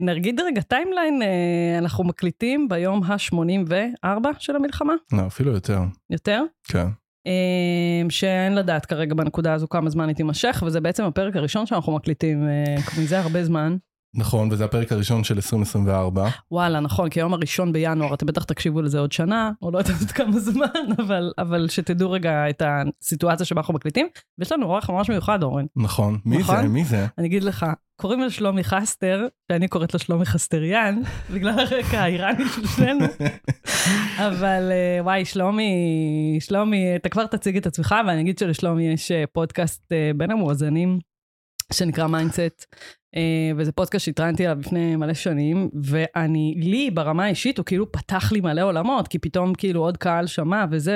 נגיד רגע טיימליין, אנחנו מקליטים ביום ה-84 של המלחמה. לא, אפילו יותר. יותר? כן. שאין לדעת כרגע בנקודה הזו כמה זמן היא תימשך, וזה בעצם הפרק הראשון שאנחנו מקליטים, מזה הרבה זמן. נכון, וזה הפרק הראשון של 2024. וואלה, נכון, כי היום הראשון בינואר, אתם בטח תקשיבו לזה עוד שנה, או לא יודעת כמה זמן, אבל שתדעו רגע את הסיטואציה שבה אנחנו מקליטים, ויש לנו אורח ממש מיוחד, אורן. נכון, מי זה? מי זה? אני אגיד לך, קוראים לו שלומי חסטר, שאני קוראת לו שלומי חסטריאן, בגלל הרקע האיראני של שנינו, אבל וואי, שלומי, אתה כבר תציג את עצמך, ואני אגיד שלשלומי יש פודקאסט בין המואזנים, שנקרא מיינדסט, וזה פודקאסט שהתראיינתי עליו לפני מלא שנים, לי ברמה האישית הוא כאילו פתח לי מלא עולמות, כי פתאום כאילו עוד קהל שמע וזה,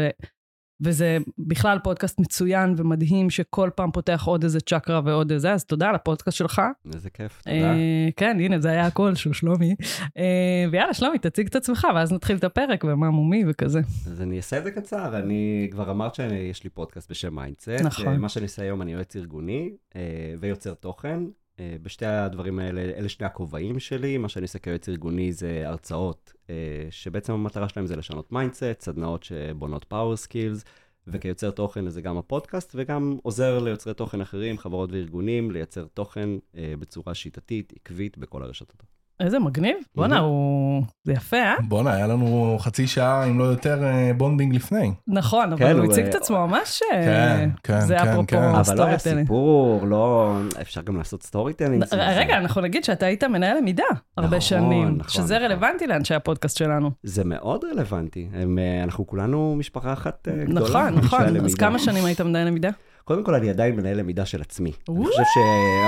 וזה בכלל פודקאסט מצוין ומדהים, שכל פעם פותח עוד איזה צ'קרה ועוד איזה, אז תודה על הפודקאסט שלך. איזה כיף, תודה. כן, הנה, זה היה הכל של שלומי. ויאללה, שלומי, תציג את עצמך, ואז נתחיל את הפרק, ומה מומי וכזה. אז אני אעשה את זה קצר, אני כבר אמרת שיש לי פודקאסט בשם מיינדסט. נכון. מה שאני עושה היום, אני יועץ ארגוני ויוצר תוכן. בשתי הדברים האלה, אלה שני הכובעים שלי. מה שאני עושה כיועץ ארגוני זה הרצאות, שבעצם המטרה שלהם זה לשנות מיינדסט, סדנאות שבונות פאוור סקילס, וכיוצר תוכן זה גם הפודקאסט, וגם עוזר ליוצרי תוכן אחרים, חברות וארגונים, לייצר תוכן בצורה שיטתית, עקבית, בכל הרשתות. איזה מגניב. בונה, זה יפה, אה? בונה, היה לנו חצי שעה, אם לא יותר, בונדינג לפני. נכון, אבל הוא הציג את עצמו ממש... כן, זה אפרופו סטורי אבל לא היה טלינג. סיפור, לא... אפשר גם לעשות סטורי טלינג. רגע, אנחנו נגיד שאתה היית מנהל למידה הרבה שנים, שזה רלוונטי לאנשי הפודקאסט שלנו. זה מאוד רלוונטי. אנחנו כולנו משפחה אחת גדולה. נכון. אז כמה שנים היית מנהל למידה? קודם כל, אני עדיין מנהל למידה של עצמי. אני חושב ש...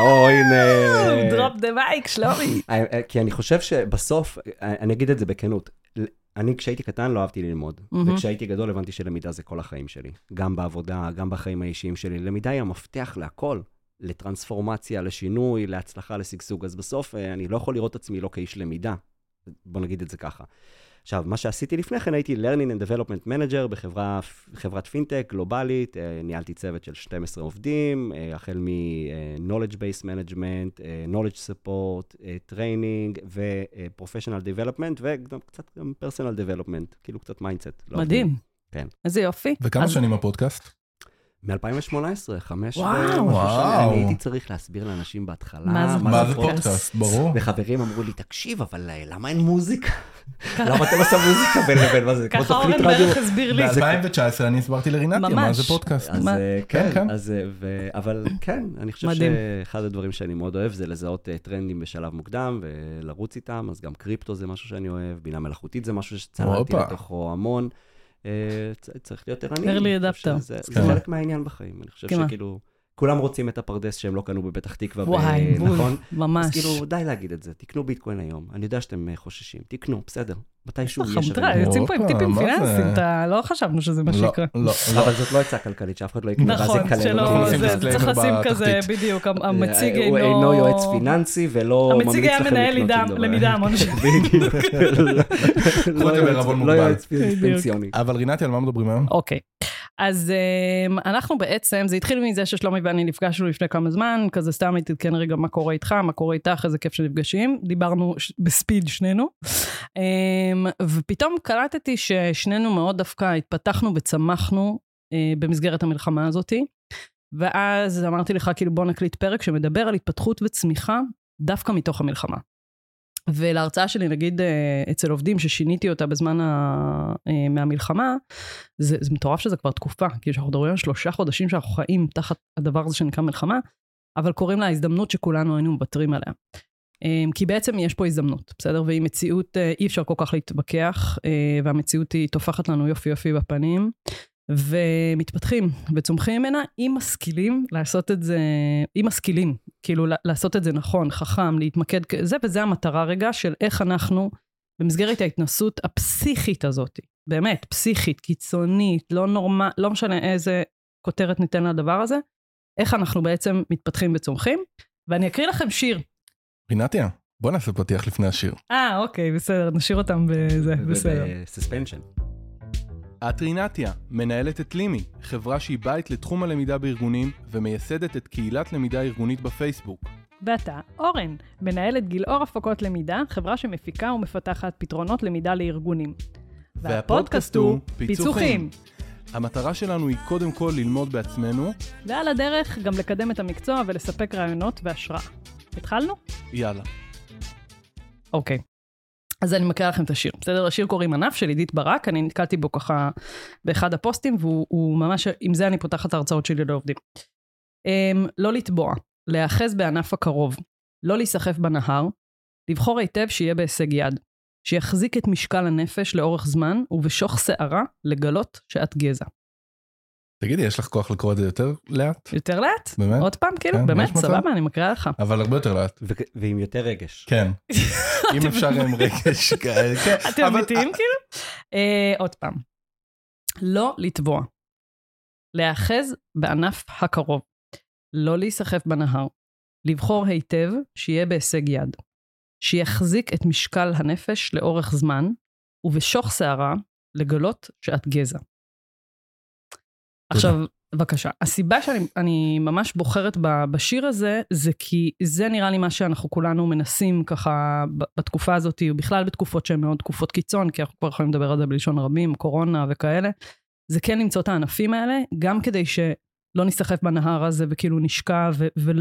הנה... דרופ דה מייק, שלומי. כי אני חושב שבסוף, אני אגיד את זה בכנות, אני כשהייתי קטן לא אהבתי ללמוד, וכשהייתי גדול הבנתי שלמידה זה כל החיים שלי. גם בעבודה, גם בחיים האישיים שלי. למידה היא המפתח להכל, לטרנספורמציה, לשינוי, להצלחה, לשגשוג. אז בסוף אני לא יכול לראות עצמי לא כאיש למידה. בוא נגיד את זה ככה. עכשיו, מה שעשיתי לפני כן, הייתי Learning and Development Manager בחברת פינטק גלובלית, ניהלתי צוות של 12 עובדים, החל מ-Knowledge Based Management, Knowledge Support, Training ו-Professional Development, וגם קצת גם Personal Development, כאילו קצת Mindset. מדהים. כן. איזה יופי. וכמה שנים הפודקאסט? מ-2018, 5 וואו. אני הייתי צריך להסביר לאנשים בהתחלה. מה זה פודקאסט, ברור. וחברים אמרו לי, תקשיב, אבל למה אין מוזיקה? למה אתה לא עושה מוזיקה בין לבין? מה זה? כמו ככה תוכנית אורן רדיו. בערך הסביר לי. ב-2019 אני הסברתי לרינתיה, מה זה פודקאסט. אז כן, כן. אבל כן, אני חושב שאחד הדברים שאני מאוד אוהב זה לזהות טרנדים בשלב מוקדם ולרוץ איתם, אז גם קריפטו זה משהו שאני אוהב, בינה מלאכותית זה משהו שצללתי לתוכו המון. צריך להיות ערני. זה חלק מהעניין בחיים. אני חושב שכאילו, כולם רוצים את הפרדס שהם לא קנו בפתח תקווה. וואי, נכון? ממש. אז כאילו, די להגיד את זה. תקנו ביטקוין היום. אני יודע שאתם חוששים. תקנו, בסדר. מתישהו יש... יוצאים פה עם טיפים פיננסיים, לא חשבנו שזה מה שיקרה. אבל זאת לא עצה כלכלית, שאף אחד לא יקנה. נכון, זה צריך לשים כזה, בדיוק, המציג אינו יועץ פיננסי, ולא המציג היה מנהל למידה המון שנים. בדיוק. לא יועץ פנסיוני. אבל רינתיה, על מה מדברים היום? אוקיי. אז אנחנו בעצם, זה התחיל מזה ששלומי ואני נפגשנו לפני כמה זמן, כזה סתם הייתי כן רגע מה קורה איתך, מה קורה איתך, איזה כיף שנפגשים, דיברנו בספיד שנינו, ופתאום קלטתי ששנינו מאוד דווקא התפתחנו וצמחנו במסגרת המלחמה הזאת, ואז אמרתי לך כאילו בוא נקליט פרק שמדבר על התפתחות וצמיחה דווקא מתוך המלחמה. ולהרצאה שלי, נגיד, אצל עובדים ששיניתי אותה בזמן מהמלחמה, זה מטורף שזה כבר תקופה, כי אנחנו מדברים על 3 חודשים שאנחנו חיים תחת הדבר הזה שנקרא מלחמה, אבל קוראים לה ההזדמנות שכולנו היינו מוותרים עליה. כי בעצם יש פה הזדמנות, בסדר? והיא מציאות, אי אפשר כל כך להתווכח, והמציאות היא תופחת לנו יופי יופי בפנים, ומתפתחים וצומחים ממנה, אם משכילים לעשות את זה, אם משכילים, כאילו לעשות את זה נכון, חכם, להתמקד, זה וזה המטרה רגע של איך אנחנו, במסגרת ההתנסות הפסיכית הזאת, באמת, פסיכית, קיצונית, לא משנה איזה כותרת ניתן לדבר הזה, איך אנחנו בעצם מתפתחים וצומחים, ואני אקריא לכם שיר. רינתיה, בוא נעשה פתיח לפני השיר. אוקיי, בסדר, נשאיר אותם בזה, בסדר. בסספנשן. את רינתיה, מנהלת את לימי, חברה שהיא בית לתחום הלמידה בארגונים ומייסדת את קהילת למידה ארגונית בפייסבוק. ואתה, אורן, מנהלת גילאור הפקות למידה, חברה שמפיקה ומפתחת פתרונות למידה לארגונים. והפודקאסט הוא פיצוחים. המטרה שלנו היא קודם כל ללמוד בעצמנו. ועל הדרך גם לקדם את המקצוע ולספק רעיונות והשראה. התחלנו? יאללה. אוקיי. אז אני מקריאה לכם את השיר. בסדר, השיר קוראים ענף של עידית ברק, אני נתקלתי בו ככה באחד הפוסטים, והוא ממש, עם זה אני פותחת את ההרצאות שלי לעובדים. לא לטבוע, להאחז בענף הקרוב, לא להיסחף בנהר, לבחור היטב שיהיה בהישג יד, שיחזיק את משקל הנפש לאורך זמן, ובשוך שערה לגלות שאת גזע. תגידי, יש לך כוח לקרוא את זה יותר לאט? יותר לאט? באמת? עוד פעם, כאילו, כן, באמת, יש מצב? סבבה, אני מקריאה לך. אבל הרבה יותר לאט. ועם יותר רגש. כן. אם אפשר עם רגש כאלה. כן, אתם אבל- אמיתיים כאילו? עוד פעם. לא לטבוע. להאחז בענף הקרוב. לא להיסחף בנהר. לבחור היטב שיהיה בהישג יד. שיחזיק את משקל הנפש לאורך זמן, ובשוך שערה לגלות שאת גזע. עכשיו, בבקשה, הסיבה שאני ממש בוחרת בשיר הזה, זה כי זה נראה לי מה שאנחנו כולנו מנסים ככה בתקופה הזאת, ובכלל בתקופות שהן מאוד תקופות קיצון, כי אנחנו כבר יכולים לדבר על זה בלשון רבים, קורונה וכאלה, זה כן למצוא את הענפים האלה, גם כדי שלא נסחף בנהר הזה וכאילו נשקע,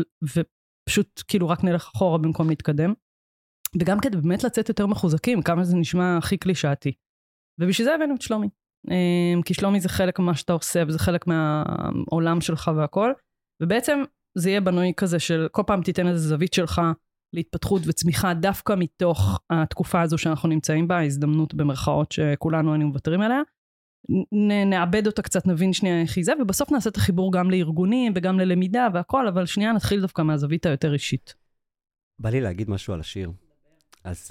ופשוט כאילו רק נלך אחורה במקום להתקדם, וגם כדי באמת לצאת יותר מחוזקים, כמה זה נשמע הכי קלישאתי. ובשביל זה הבאנו את שלומי. כי שלומי זה חלק ממה שאתה עושה, וזה חלק מהעולם שלך והכל, ובעצם זה יהיה בנוי כזה של כל פעם תיתן איזה זווית שלך להתפתחות וצמיחה דווקא מתוך התקופה הזו שאנחנו נמצאים בה, ההזדמנות במרכאות שכולנו היינו מוותרים עליה, נעבד אותה קצת, נבין שנייה איך היא זה, ובסוף נעשה את החיבור גם לארגונים וגם ללמידה והכל, אבל שנייה נתחיל דווקא מהזווית היותר אישית. בא לי להגיד משהו על השיר. אז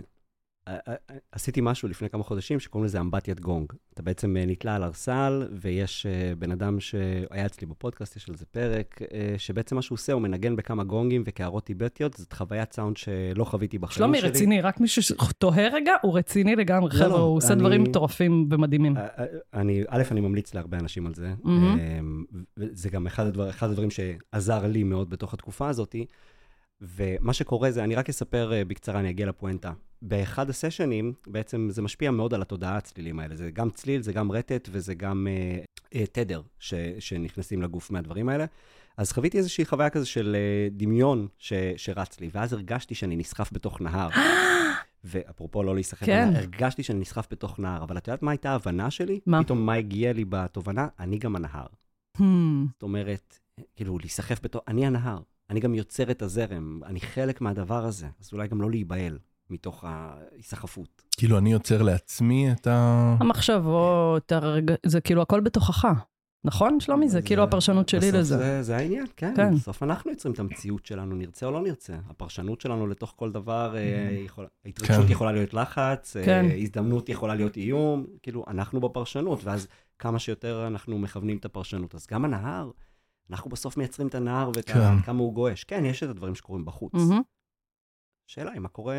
עשיתי משהו לפני כמה חודשים שקוראים לזה אמבטיית גונג. אתה בעצם נתלה על ארסל, ויש בן אדם שהיה אצלי בפודקאסט, יש על זה פרק, שבעצם מה שהוא עושה, הוא מנגן בכמה גונגים וקערות טיבטיות, זאת חוויית סאונד שלא חוויתי בחיים שלי. שלומי רציני, רק מישהו שתוהה רגע, הוא רציני לגמרי, חבר'ה, הוא עושה דברים מטורפים ומדהימים. אני ממליץ להרבה אנשים על זה, וזה גם אחד הדברים שעזר לי מאוד בתוך התקופה הזאת, ומה שקורה זה, אני רק אספר בקצרה, אני אגיע לפואנטה. באחד הסשנים, בעצם זה משפיע מאוד על התודעה הצלילים האלה. זה גם צליל, זה גם רטט, וזה גם תדר שנכנסים לגוף מהדברים האלה. אז חוויתי איזושהי חוויה כזה של דמיון שרץ לי, ואז הרגשתי שאני נסחף בתוך נהר. ואפרופו לא להיסחף, הרגשתי שאני נסחף בתוך נהר, אבל את יודעת מה הייתה ההבנה שלי? פתאום מה הגיע לי בתובנה? אני גם הנהר. זאת אומרת, כאילו, להיסחף בתוך, אני הנהר. אני גם יוצר את הזרם, אני חלק מהדבר הזה, אז אולי גם לא להיבהל מתוך ההיסחפות. כאילו אני יוצר לעצמי את המחשבות, זה כאילו הכל בתוכך, נכון שלומי? זה כאילו הפרשנות שלי לזה. בסוף זה העניין, כן. בסוף אנחנו יוצרים את המציאות שלנו, נרצה או לא נרצה. הפרשנות שלנו לתוך כל דבר, ההתרגשות יכולה להיות לחץ, הזדמנות יכולה להיות איום, כאילו אנחנו בפרשנות, ואז כמה שיותר אנחנו מכוונים את הפרשנות. אז גם הנהר, אנחנו בסוף מייצרים את הנהר וכמה הוא גואש. כן, יש את הדברים שקורים בחוץ. שאלה, מה קורה,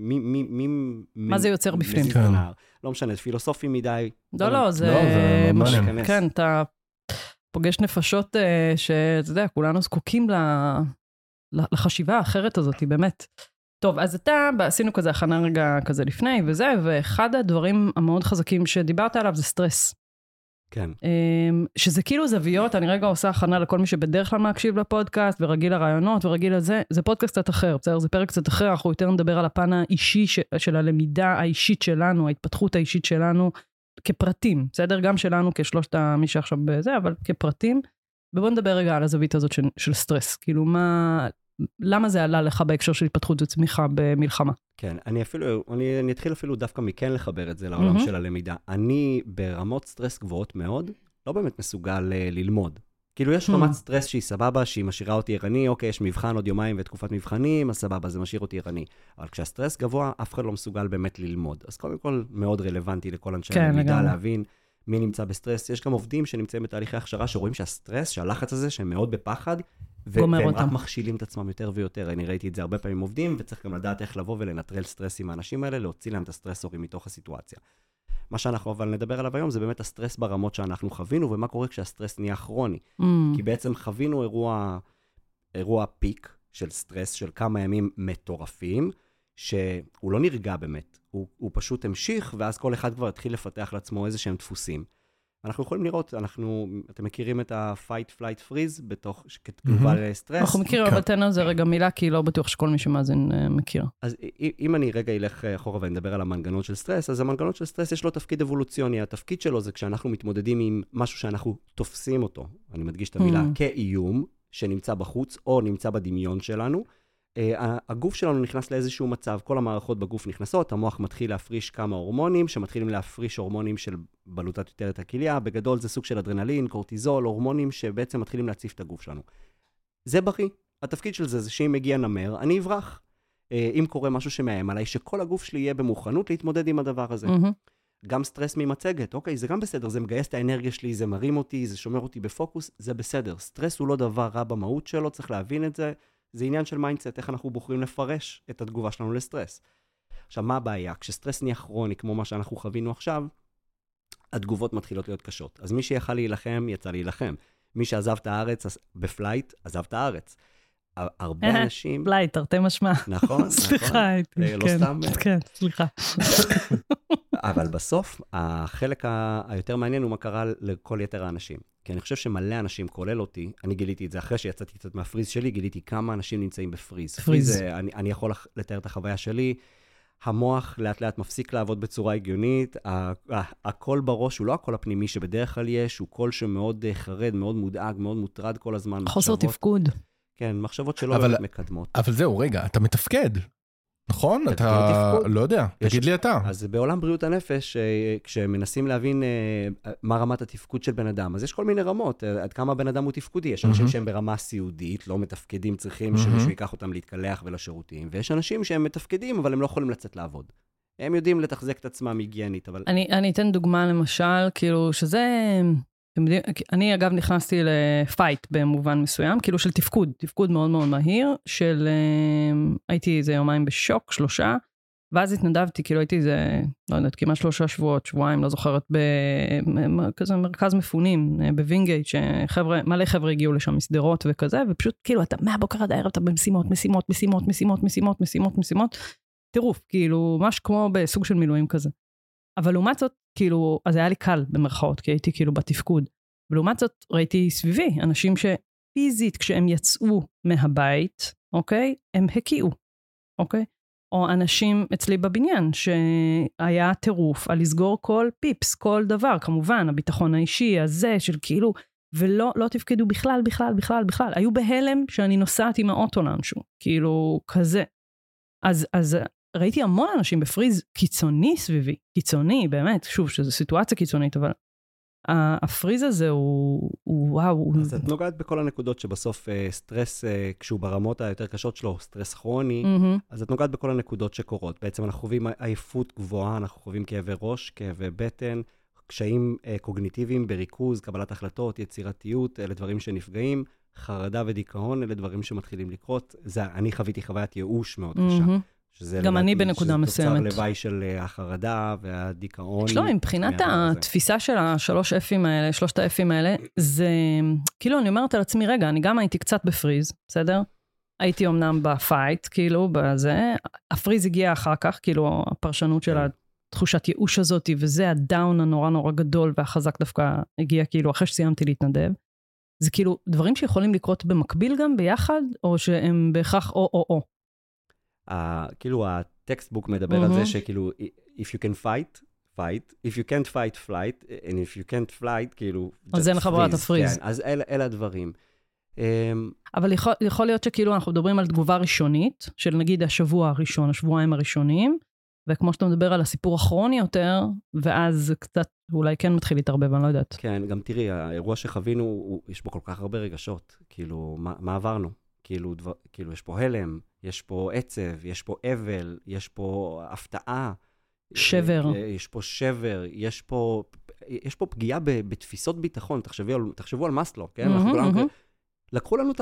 מה זה יוצר בפנים? לא משנה, זה פילוסופי מדי. לא, זה כן, אתה פוגש נפשות שאתה יודע, כולנו זקוקים לחשיבה האחרת הזאת, באמת. טוב, אז עשינו כזה הכנה רגע כזה לפני וזה, ואחד הדברים המאוד חזקים שדיברת עליו זה סטרס. כן. שזה כאילו זוויות, אני רגע עושה הכנה לכל מי שבדרך כלל מקשיב לפודקאסט, ורגיל לרעיונות, ורגיל לזה, זה פודקאסט קצת אחר, בסדר? זה פרק קצת אחר, אנחנו יותר נדבר על הפן האישי של הלמידה האישית שלנו, ההתפתחות האישית שלנו, כפרטים, בסדר? גם שלנו כשלושת מי שעכשיו בזה, אבל כפרטים, ובואו נדבר רגע על הזווית הזאת של סטרס, כאילו למה זה עלה לך בהקשר של התפתחות וצמיחה במלחמה? כן, אני אתחיל אפילו דווקא מכן לחבר את זה לעולם של הלמידה. אני ברמות סטרס גבוהות מאוד, לא באמת מסוגל ללמוד. כאילו יש רמת סטרס שהיא סבבה, שהיא משאירה אותי ערני, אוקיי, יש מבחן עוד יומיים ותקופת מבחנים, אז סבבה, זה משאיר אותי ערני. אבל כשהסטרס גבוה, אף אחד לא מסוגל באמת ללמוד. אז קודם כל, מאוד רלוונטי לכל אנשי הלמידה להבין מי נמצא בסטרס. יש גם עובדים שנמצאים בתהליכי הכשרה שרואים שהסטרס, שהלחץ הזה, שהם מאוד בפחד, והם רק מכשילים את עצמם יותר ויותר. אני ראיתי את זה הרבה פעמים עובדים, וצריך גם לדעת איך לבוא ולנטרל סטרס עם האנשים האלה, להוציא להם את הסטרסורים מתוך הסיטואציה. מה שאנחנו אבל נדבר עליו היום, זה באמת הסטרס ברמות שאנחנו חווינו, ומה קורה כשהסטרס נהיה כרוני. כי בעצם חווינו אירוע פיק, של סטרס, של כמה ימים מטורפים, שהוא לא נרגע באמת, הוא פשוט המשיך, ואז כל אחד כבר התחיל לפתח לעצמו איזה שהם דפוסים. אנחנו יכולים לראות, אתם מכירים את ה-fight, flight, freeze, בתוך, כתגובה לסטרס. אנחנו מכירים, אבל תן על זה רגע מילה, כי לא בטוח שכל מי שמאזין מכיר. אז אם אני רגע אלך אחורה ונדבר על המנגנון של סטרס, אז המנגנון של סטרס יש לו תפקיד אבולוציוני. התפקיד שלו זה כשאנחנו מתמודדים עם משהו שאנחנו תופסים אותו, אני מדגיש את המילה, כאיום, שנמצא בחוץ, או נמצא בדמיון שלנו, הגוף שלנו נכנס לאיזשהו מצב, כל המערכות בגוף נכנסות, המוח מתחיל להפריש כמה הורמונים, שמתחילים להפריש הורמונים של בלוטת יתרת הכליה, בגדול זה סוג של אדרנלין, קורטיזול, הורמונים שבעצם מתחילים להציף את הגוף שלנו. זה בריא. התפקיד של זה שאם מגיע נמר, אני אברח. אם קורה משהו שמאיים עליי, שכל הגוף שלי יהיה במוכנות להתמודד עם הדבר הזה. גם סטרס ממצגת, אוקיי, זה גם בסדר, זה מגייס את האנרגיה שלי, זה מרים אותי, זה שומר אותי בפוקוס, זה בסדר. סטרס הוא לא דבר רע במהות שלו, צריך להבין את זה. זה עניין של מיינדסט, איך אנחנו בוחרים לפרש את התגובה שלנו לסטרס. עכשיו, מה הבעיה? כשסטרס נהיה כרוני, כמו מה שאנחנו חווינו עכשיו, התגובות מתחילות להיות קשות. אז מי שיכל להילחם, יצא להילחם. מי שעזב את הארץ בפלייט, עזב את הארץ. הרבה אנשים... פלייט, תרתי משמע. נכון. סליחה, לא סתם... כן, סליחה. אבל בסוף, החלק היותר מעניין הוא מה קרה לכל יתר האנשים. כי אני חושב שמלא אנשים, כולל אותי, אני גיליתי את זה אחרי שיצאתי קצת מהפריז שלי, גיליתי כמה אנשים נמצאים בפריז. פריז, אני יכול לתאר את החוויה שלי, המוח לאט לאט מפסיק לעבוד בצורה הגיונית, הקול בראש הוא לא הקול הפנימי שבדרך כלל יש, הוא קול שמאוד חרד, מאוד מודאג, מאוד מוטרד כל הזמן. חוסר תפקוד. כן, מחשבות שלא באמת מקדמות. אבל זהו, רגע, אתה מתפקד. נכון? אתה לא יודע, תגיד לי אתה. אז בעולם בריאות הנפש, כשמנסים להבין מה רמת התפקוד של בן אדם, אז יש כל מיני רמות, עד כמה בן אדם הוא תפקודי. יש אנשים שהם ברמה סיעודית, לא מתפקדים, צריכים שמישהו ייקח אותם להתקלח ולשירותים, ויש אנשים שהם מתפקדים, אבל הם לא יכולים לצאת לעבוד. הם יודעים לתחזק את עצמם היגיינית, אבל... אני אתן דוגמה למשל, כאילו שזה... אני אגב נכנסתי לפייט במובן מסוים, כאילו של תפקוד מאוד מאוד מהיר, של הייתי איזה יומיים בשוק, 3, ואז התנדבתי, כאילו הייתי איזה, לא יודעת, כמעט 3 שבועות, שבועיים, לא זוכרת, בכזה מרכז מפונים, בווינגייט, מלא חבר'ה הגיעו לשם מסדרות וכזה, ופשוט כאילו אתה מהבוקר עד הערב, אתה במשימות, טירוף, כאילו ממש כמו בסוג של מילואים כזה. אבל לעומת זאת, כאילו, אז היה לי קל במרכאות, כי הייתי כאילו בתפקוד. ולעומת זאת, ראיתי סביבי אנשים שפיזית, כשהם יצאו מהבית, אוקיי, הם הקיעו, אוקיי? או אנשים אצלי בבניין, שהיה טירוף על לסגור כל פיפס, כל דבר, כמובן, הביטחון האישי, הזה, של כאילו, ולא תפקדו בכלל. היו בהלם שאני נוסעת עם האוטו לאנשהו, כאילו, כזה. אז ראיתי המון אנשים בפריז קיצוני סביבי, קיצוני, באמת, שוב, שזו סיטואציה קיצונית, אבל הפריז הזה הוא וואו. אז את נוגעת בכל הנקודות שבסוף סטרס, כשהוא ברמות היותר קשות שלו, סטרס כרוני, אז את נוגעת בכל הנקודות שקורות. בעצם אנחנו חווים עייפות גבוהה, אנחנו חווים כאבי ראש, כאבי בטן, קשיים קוגניטיביים בריכוז, קבלת החלטות, יצירתיות, אלה דברים שנפגעים, חרדה ודיכאון, אלה דברים שמתחילים לקרות. אני חוויתי חוויית ייאוש מאוד קשה. גם אני בנקודה מסוימת. שזה תוצר לוואי של החרדה והדיכאון. לא, מבחינת התפיסה של שלושת האפים האלה, זה, כאילו אני אומרת על עצמי, רגע, אני גם הייתי קצת בפריז, בסדר? הייתי אמנם בפייט, כאילו, בזה, הפריז הגיע אחר כך, כאילו, הפרשנות של התחושת ייאוש הזאת, וזה הדאון הנורא נורא גדול, והחזק דווקא הגיע, כאילו, אחרי שסיימתי להתנדב. זה כאילו, דברים שיכולים לקרות במקביל גם ביחד, או שהם בהכרח או. כאילו הטקסטבוק מדבר על זה שכאילו, if you can fight, if you can't fight, flight, and if you can't flight, כאילו, אז אין לך ברירת הפריז. כן, אז אלה הדברים. אבל יכול להיות שכאילו אנחנו מדברים על תגובה ראשונית, של נגיד השבועיים הראשונים, וכמו שאתה מדבר על הסיפור הכרוני יותר, ואז קצת אולי כן מתחיל להתערבב, אני לא יודעת. כן, גם תראי, האירוע שחווינו, יש בו כל כך הרבה רגשות, כאילו, מה עברנו? כאילו, יש פה הלם, יש פה עצב, יש פה אבל, יש פה הפתעה. שבר. יש פה שבר, יש פה פגיעה בתפיסות ביטחון. תחשבו על מאסלו, כן? לקחו לנו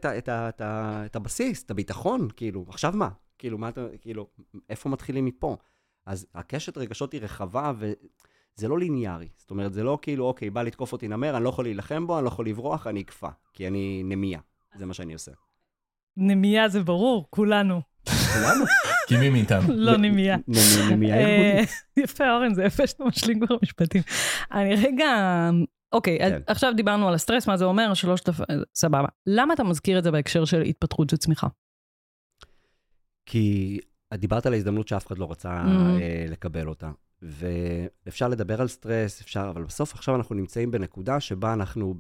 את הבסיס, את הביטחון, כאילו, עכשיו מה? כאילו, איפה מתחילים מפה? אז הקשת רגשות היא רחבה, וזה לא ליניארי. זאת אומרת, זה לא כאילו, אוקיי, בא לתקוף אותי נמר, אני לא יכול להילחם בו, אני לא יכול לברוח, אני אקפה, כי אני נמיה. זה מה שאני עושה. נמייה זה ברור, כולנו. כולנו? כי מי מאיתנו? לא נמייה. נמייה ארגונית. יפה, אורן, זה יפה שאתה משלים כבר משפטים. אני רגע... אוקיי, עכשיו דיברנו על הסטרס, מה זה אומר, סבבה. למה אתה מזכיר את זה בהקשר של התפתחות וצמיחה? כי דיברת על ההזדמנות שאף אחד לא רצה לקבל אותה. ואפשר לדבר על סטרס, אפשר, אבל בסוף עכשיו אנחנו נמצאים בנקודה שבה אנחנו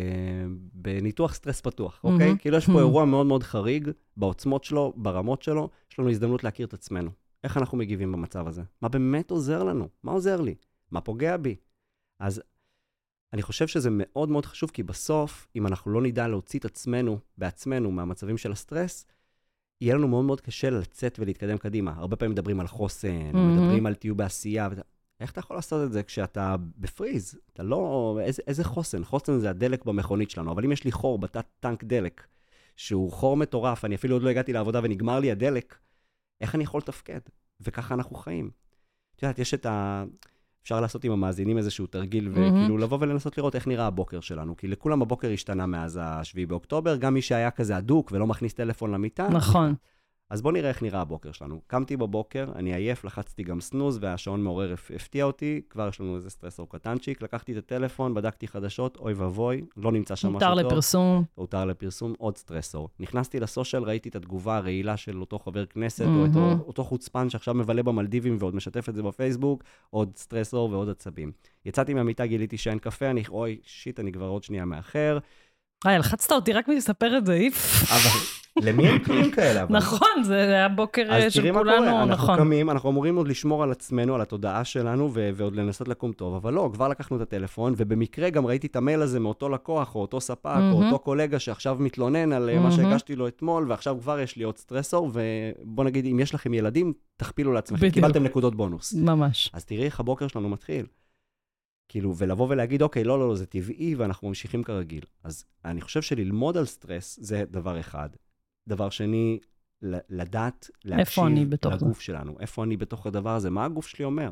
בניתוח סטרס פתוח, אוקיי? כאילו יש פה אירוע מאוד מאוד חריג בעוצמות שלו, ברמות שלו, יש לנו הזדמנות להכיר את עצמנו. איך אנחנו מגיבים במצב הזה? מה באמת עוזר לנו? מה עוזר לי? מה פוגע בי? אז אני חושב שזה מאוד מאוד חשוב, כי בסוף, אם אנחנו לא נדע להוציא את עצמנו בעצמנו מהמצבים של הסטרס, יהיה לנו מאוד מאוד קשה לצאת ולהתקדם קדימה. הרבה פעמים מדברים על חוסן, מדברים על תהיו בעשייה. איך אתה יכול לעשות את זה כשאתה בפריז? אתה לא... איזה חוסן? חוסן זה הדלק במכונית שלנו. אבל אם יש לי חור בתת טנק דלק, שהוא חור מטורף, אני אפילו עוד לא הגעתי לעבודה ונגמר לי הדלק, איך אני יכול לתפקד? וככה אנחנו חיים. את יודעת, יש את ה... אפשר לעשות עם המאזינים איזשהו תרגיל, וכאילו לבוא ולנסות לראות איך נראה הבוקר שלנו. כי לכולם הבוקר השתנה מאז ה7 באוקטובר, גם מי שהיה כזה אדוק ולא מכניס טלפון למיטה. נכון. אז בוא נראה איך נראה הבוקר שלנו. קמתי בבוקר, אני עייף, לחצתי גם סנוז, והשעון מעורר הפתיע אותי, כבר יש לנו איזה סטרסור קטנצ'יק, לקחתי את הטלפון, בדקתי חדשות, אוי ובוי, לא נמצא שם משהו טוב. הותר לפרסום. הותר לפרסום, עוד סטרסור. נכנסתי לסושיאל, ראיתי את התגובה הרעילה של אותו חבר כנסת, או את אותו חוצפן שעכשיו מבלה במלדיבים ועוד משתף את זה בפייסבוק, עוד סטרסור ועוד עצבים. יצאתי מהמיטה, גיליתי שאין קפה, אוי, שיט, אני כבר עוד שנייה מאחר. לחצת אותי רק מלספר את זה, איף. למי אין קרים כאלה? נכון, זה הבוקר של כולנו, נכון. אנחנו קמים, אנחנו אמורים עוד לשמור על עצמנו, על התודעה שלנו, ועוד לנסות לקום טוב, אבל לא, כבר לקחנו את הטלפון, ובמקרה גם ראיתי את המייל הזה מאותו לקוח, או אותו ספק, או אותו קולגה שעכשיו מתלונן על מה שהגשתי לו אתמול, ועכשיו כבר יש לי עוד סטרסור, ובוא נגיד, אם יש לכם ילדים, תכפילו לעצמכם, קיבלתם נקודות בונוס. ממש. אז תראי איך הבוקר שלנו מתחיל. כאילו, ולבוא ולהגיד, אוקיי, לא, זה טבעי, ואנחנו ממשיכים כרגיל. אז אני חושב שללמוד על סטרס זה דבר אחד. דבר שני, לדעת להקשיב לגוף שלנו. איפה אני בתוך הדבר הזה? מה הגוף שלי אומר?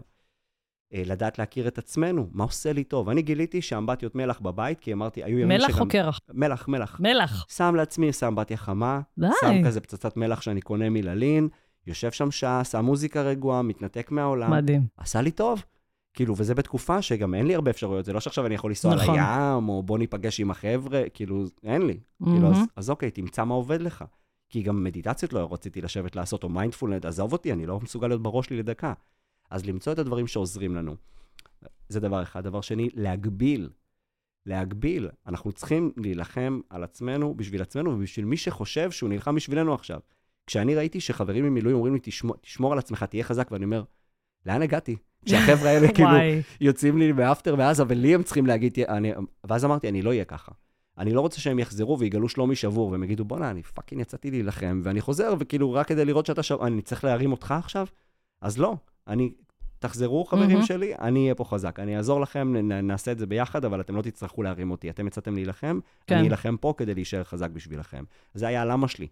לדעת להכיר את עצמנו. מה עושה לי טוב? אני גיליתי שאמבטיות מלח בבית, כי אמרתי, היו ימים מלח או קרח? מלח. מלח. שם לעצמי, שם אמבטיה חמה, שם כזה פצצת מלח שאני קונה מללין, יושב שם שעה, שם מוזיקה רגועה, מתנתק מהעולם. מדהים. עשה לי טוב. כאילו, וזה בתקופה שגם אין לי הרבה אפשרויות, זה לא שעכשיו אני יכול לנסוע לים, או בוא ניפגש עם החבר'ה, כאילו, אין לי. כאילו, אז אוקיי, תמצא מה עובד לך. כי גם מדיטציות לא רציתי לשבת לעשות, או מיינדפולנס, עזוב אותי, אני לא מסוגל להיות בראש לי לדקה. אז למצוא את הדברים שעוזרים לנו. זה דבר אחד. דבר שני, להגביל. אנחנו צריכים להילחם על עצמנו, בשביל עצמנו, ובשביל מי שחושב שהוא נלחם בשבילנו עכשיו. כשאני ראיתי שחברים ממילואים אומרים לי, תשמור על עצמך, תהיה חזק, ואני אומר, לאן הגעתי? כשהחבר'ה האלה כאילו יוצאים לי באפטר ואז, אבל לי הם צריכים להגיד, ואז אמרתי, אני לא אהיה ככה. אני לא רוצה שהם יחזרו ויגלו שלומי שבור, והם יגידו, בוא'נה, אני פאקינג יצאתי להילחם, ואני חוזר, וכאילו רק כדי לראות שאתה שבור, אני צריך להרים אותך עכשיו? אז לא, תחזרו חברים שלי, אני אהיה פה חזק, אני אעזור לכם, נעשה את זה ביחד, אבל אתם לא תצטרכו להרים אותי, אתם יצאתם להילחם, אני אלחם פה כדי להישאר חזק בשבילכם. זה היה למה שלי,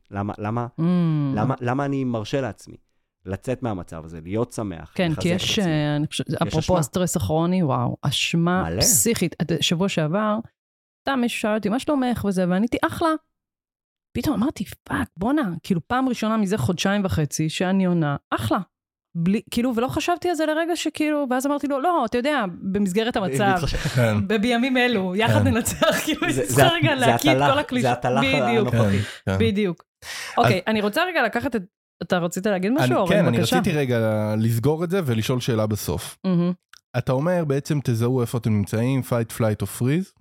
למה אני מרשה לעצמי? לצאת מהמצב הזה, להיות שמח. כן, כי יש, אפרופו הסטרס הכרוני, וואו, אשמה פסיכית. שבוע שעבר, מישהו שאל אותי, מה שלומך וזה, ואני הייתי אחלה. פתאום אמרתי, פאק, בונה, כאילו פעם ראשונה מזה 1.5 חודשים, שאני עונה, אחלה. כאילו, ולא חשבתי על זה לרגע שכאילו, ואז אמרתי לו, לא, אתה יודע, במסגרת המצב, בימים אלו, יחד ננצח, כאילו, זה רגע להקיא את כל הקלישה. זה התלך הנוכחי. בדיוק. אוקיי, אני רוצה רגע לקחת את אתה רצית להגיד משהו, אורן? כן, אני רציתי רגע לסגור את זה ולשאול שאלה בסוף. אתה אומר, בעצם תזהו איפה אתם נמצאים, fight, flight או freeze,